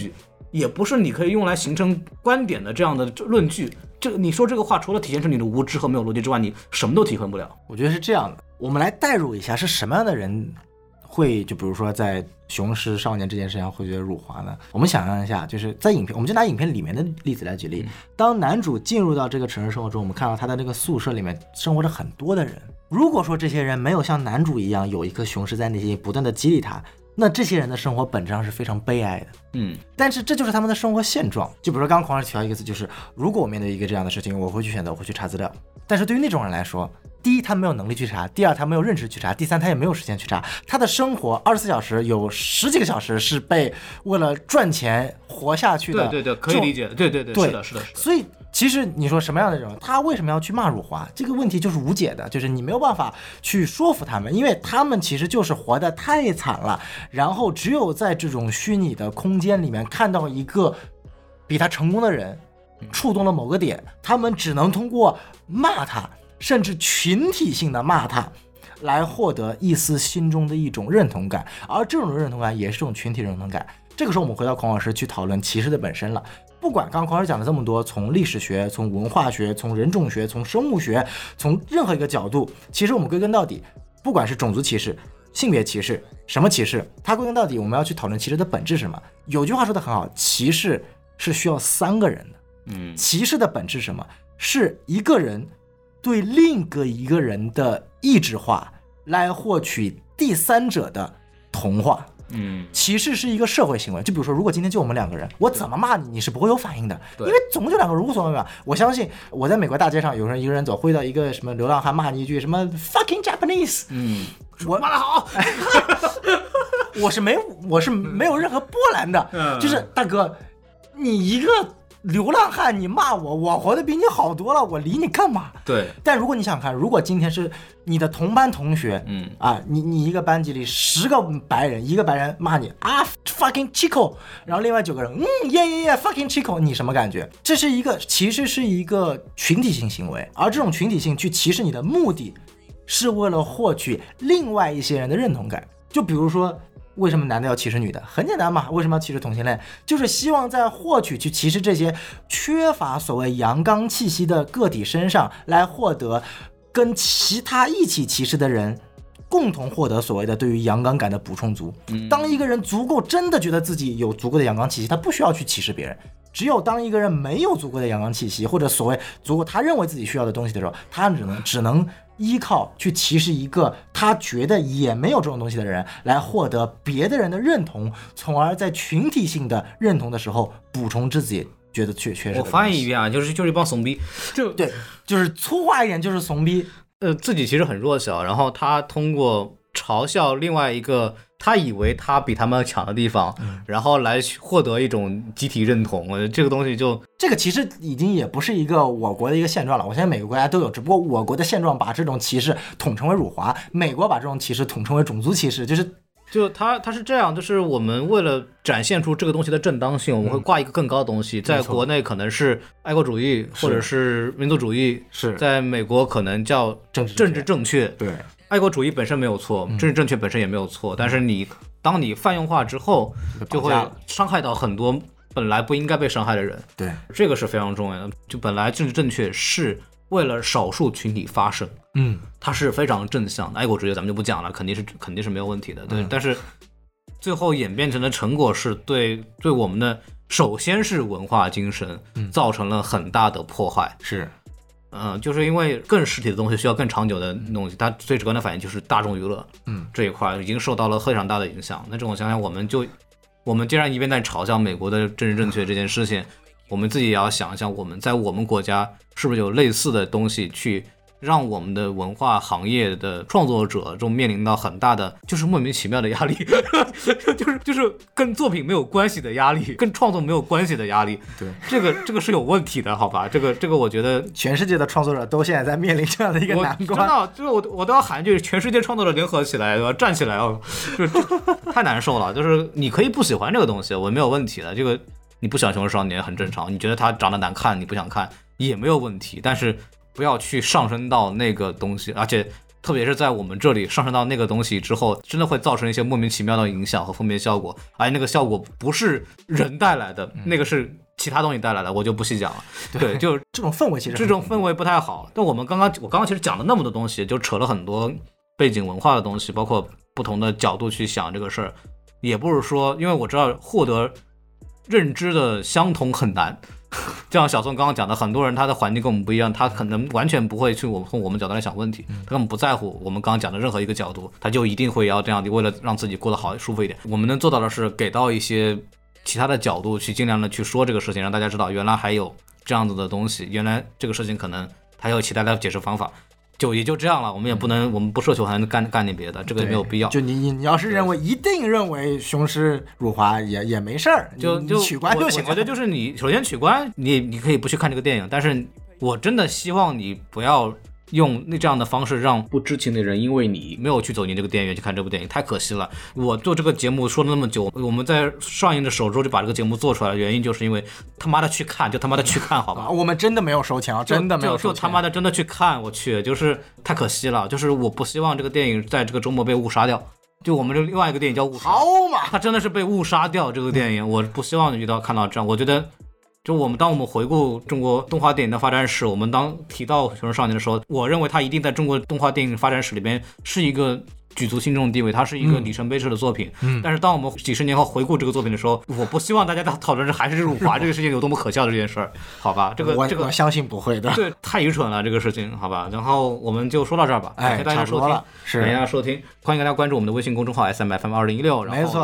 也不是你可以用来形成观点的这样的论据。你说这个话，除了体现出你的无知和没有逻辑之外，你什么都体会不了。 我觉得是这样的，我们来代入一下，是什么样的人会就比如说在雄狮少年这件事上会觉得辱华呢？我们想象一下，就是在影片，我们就拿影片里面的例子来举例。当男主进入到这个城市生活中，我们看到他的那个宿舍里面生活着很多的人。如果说这些人没有像男主一样有一颗雄狮在内心不断的激励他，那这些人的生活本质上是非常悲哀的。但是这就是他们的生活现状。就比如说刚刚狂人提到一个词，就是如果我面对一个这样的事情，我会去选择我会去查资料。但是对于那种人来说，第一他没有能力去查，第二他没有认知去查，第三他也没有时间去查。他的生活24小时有10几个小时是被为了赚钱活下去的。 对，可以理解。对，是的。 所以其实你说什么样的人，他为什么要去骂辱华？这个问题就是无解的，就是你没有办法去说服他们，因为他们其实就是活得太惨了，然后只有在这种虚拟的空间里面看到一个比他成功的人触动了某个点，他们只能通过骂他，甚至群体性的骂他，来获得一丝心中的一种认同感，而这种认同感也是这种群体认同感。这个时候我们回到孔老师去讨论歧视的本身了。不管刚刚孔老师讲了这么多，从历史学、从文化学、从人种学、从生物学，从任何一个角度，其实我们归根到底，不管是种族歧视、性别歧视，什么歧视，它归根到底我们要去讨论歧视的本质是什么。有句话说得很好，歧视是需要3个人的。歧视的本质是什么？是一个人对另一个人的意志化来获取第三者的同化。歧视是一个社会行为。就比如说，如果今天就我们2个人，我怎么骂你，你是不会有反应的，因为总共就2个人，无所谓嘛。我相信我在美国大街上，有人一个人走，会到一个什么流浪汉骂你一句什么 fucking Japanese， 我骂得好， 我是没有任何波澜的，就是大哥，你一个流浪汉你骂我，我活得比你好多了，我理你干嘛？ 对。 但如果你想看，如果今天是你的同班同学，你一个班级里10个白人，一个白人骂你啊 fucking Chico， 然后另外9个人yeah fucking Chico， 你什么感觉？这是一个其实是一个群体性行为，而这种群体性去歧视你的目的是为了获取另外一些人的认同感。就比如说，为什么男的要歧视女的？很简单嘛，为什么要歧视同性恋？就是希望在获取去歧视这些缺乏所谓阳刚气息的个体身上，来获得跟其他一起歧视的人共同获得所谓的对于阳刚感的补充足。当一个人足够真的觉得自己有足够的阳刚气息，他不需要去歧视别人。只有当一个人没有足够的阳刚气息，或者所谓足够他认为自己需要的东西的时候，他只能依靠去歧视一个他觉得也没有这种东西的人，来获得别的人的认同，从而在群体性的认同的时候补充自己觉得缺失的。 我翻译一遍啊，就是一帮怂逼， 对，就是粗话一点就是怂逼。 自己其实很弱小，然后他通过嘲笑另外一个他以为他比他们强的地方，然后来获得一种集体认同。这个东西这个其实已经也不是一个我国的一个现状了，我相信每个国家都有，只不过我国的现状把这种歧视统称为辱华，美国把这种歧视统称为种族歧视。 就他是这样，就是我们为了展现出这个东西的正当性，我们会挂一个更高的东西，在国内可能是爱国主义或者是民族主义，在美国可能叫政治正确。 对， 爱国主义本身没有错，政治正确本身也没有错，但是当你泛用化之后，就会伤害到很多本来不应该被伤害的人。 对， 这个是非常重要的。就本来政治正确是为了少数群体发声，它是非常正向的。爱国主义咱们就不讲了，肯定是没有问题的，对。但是最后演变成的成果是对我们的首先是文化精神造成了很大的破坏。 是， 就是因为更实体的东西需要更长久的东西，它最直观的反应就是大众娱乐，这一块已经受到了非常大的影响。那这种情况下，我们既然一边在嘲笑美国的政治正确这件事情，我们自己也要想一想，我们在我们国家是不是有类似的东西，去让我们的文化行业的创作者中面临到很大的就是莫名其妙的压力就是跟作品没有关系的压力，跟创作没有关系的压力。 对， 这个是有问题的，好吧？这个我觉得全世界的创作者都现在在面临这样的一个难关。 真的，就是我都要喊一句，全世界创作者联合起来，对吧？站起来哦！就太难受了。就是你可以不喜欢这个东西，我没有问题的。这个你不喜欢《雄狮少年》很正常，你觉得他长得难看，你不想看也没有问题，但是不要去上升到那个东西。而且特别是在我们这里上升到那个东西之后，真的会造成一些莫名其妙的影响和负面效果，而那个效果不是人带来的，那个是其他东西带来的，我就不细讲了。对，就这种氛围其实这种氛围不太好。但我刚刚其实讲了那么多东西，就扯了很多背景文化的东西，包括不同的角度去想这个事儿，也不是说，因为我知道获得认知的相同很难。就像小宋刚刚讲的，很多人他的环境跟我们不一样，他可能完全不会去从我们角度来想问题，他根本不在乎我们刚刚讲的任何一个角度，他就一定会要这样的，为了让自己过得好舒服一点。我们能做到的是给到一些其他的角度去尽量的去说这个事情，让大家知道原来还有这样子的东西，原来这个事情可能还有其他的解释方法。也就这样了，我们也不能，我们不奢求还能干点别的，这个也没有必要。 就你要是一定认为雄狮辱华也没事儿， 就取关就行了。 我觉得就是你首先取关，你可以不去看这个电影，但是我真的希望你不要用这样的方式让不知情的人因为你没有去走进这个电影院去看这部电影，太可惜了。我做这个节目说了那么久，我们在上映的首周就把这个节目做出来的原因就是因为他妈的去看，就他妈的去看，好吧？ 我们真的没有收钱啊，真的没有收钱， 就他妈的真的去看，我去，就是太可惜了。就是我不希望这个电影在这个周末被误杀掉。就我们这另外一个电影叫误杀， 好嘛， 它真的是被误杀掉。这个电影我不希望看到这样，我觉得。就当我们回顾中国动画电影的发展史，我们当提到《熊出少年》的时候，我认为它一定在中国动画电影发展史里边是一个举足轻重的地位，它是一个里程碑式的作品。但是当我们几十年后回顾这个作品的时候，我不希望大家讨论还是辱华这个事情有多么可笑的这件事儿，好吧？我相信不会的， 对，太愚蠢了这个事情，好吧？然后我们就说到这儿吧，感谢大家收听，感谢大家收听，欢迎大家关注我们的微信公众号 SMFM2016， 没错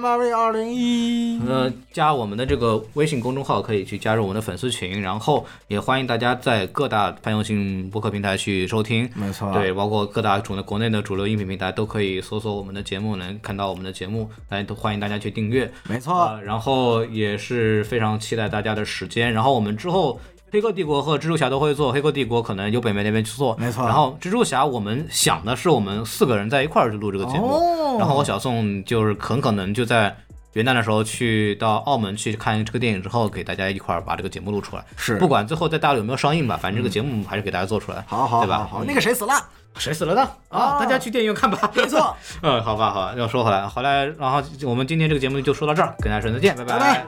，SMFM2016， 加我们的这个微信公众号可以去加入我们的粉丝群，然后也欢迎大家在各大泛用性播客平台去收听， 没错， 对，包括各大国内的主流音频平台都可以搜索我们的节目，能看到我们的节目，大家都欢迎大家去订阅， 没错， 然后也是非常期待大家的时间，然后我们之后黑客帝国和蜘蛛侠都会做，黑客帝国可能由北美那边去做， 没错， 然后蜘蛛侠我们想的是我们4个人在一块儿去录这个节目，然后我小宋就是很可能就在元旦的时候去到澳门去看这个电影之后，给大家一块儿把这个节目录出来， 是不管最后在大陆有没有上映吧，反正这个节目还是给大家做出来， 好， 对吧？ 好，那个谁死了？ 谁死了呢？大家去电影院看吧。 没错。 好吧，要说回来，然后我们今天这个节目就说到这儿，跟大家说再见，拜拜。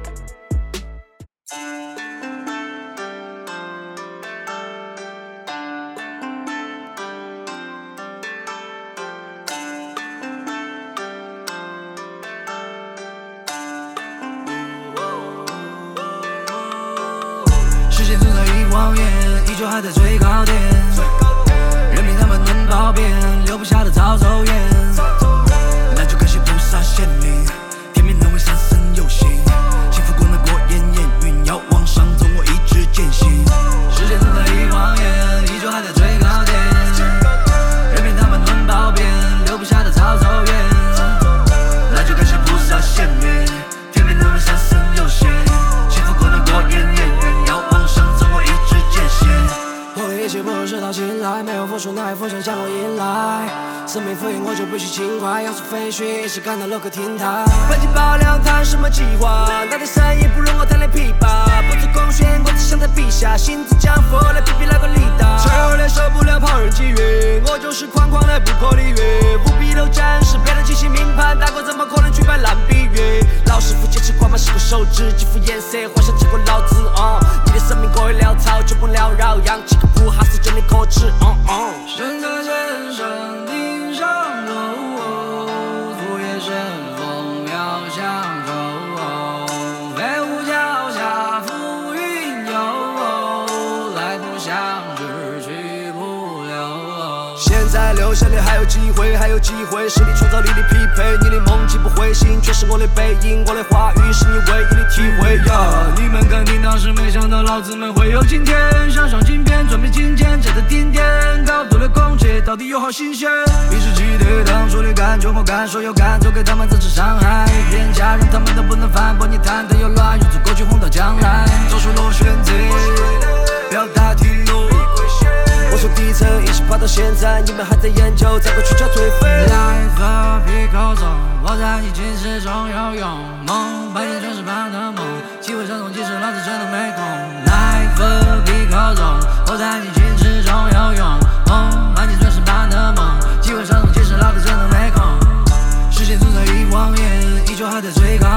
时间存在于谎言，依旧还在最高点。任凭他们能暴变，留不下的早走远。那就感谢菩萨显灵，天命能为三生有幸。幸福过那过眼烟云，要往上走，我一直坚信。时间存在于谎言，依旧还在最高点。任凭他们能暴变，留不下的早走远。那就感谢菩萨显灵，天命能为三生有幸。幸福过那过眼烟云，要往上走，我一直坚信。我一切不是到青睐，没有付出，哪有风声向我迎来？生命敷衍我就必须轻快，要是飞絮一时赶到了个天台。半斤八两谈什么计划？那天山也不容我弹练琵琶，不知光炫，我只想在笔下，心自降佛来比比那个力大。脆弱脸受不了旁人觊觎，我就是框框来不可理喻。不必都展示别人精心命盘，大哥怎么可能举办烂比喻？老师傅坚持挂满10个手指，几副颜色幻想见过老子。你的生命过于潦草，就不缭绕，扬起个不好死，真的可耻。身在千山顶上走，昨夜神风飘向舟，飞舞脚下浮云游，来不相知去不留。现在留下的还有机会，还有机会，实力创造力的匹配，你的梦既不会醒，却是我的背影，我的话语是你唯一的体会。你们肯定当时没想到老子们会有今天，上上金边准备觐见，站在顶点，高度的空气到底有好新鲜。一时记得当初的感觉，我敢说有感，走给他们造成伤害，连家人他们都不能反驳，你谈的有乱，预祝过去红到将来，做出了选择，表达题路。我从底层一起爬到现在，你们还在研究，在过去叫颓废。Life a pico zone， 我在你近视中游泳，梦半夜全是般的梦，机会相同，即使老子真的没空。Life a pico zone， 我在你近视中游泳，梦半夜全是般的还在最高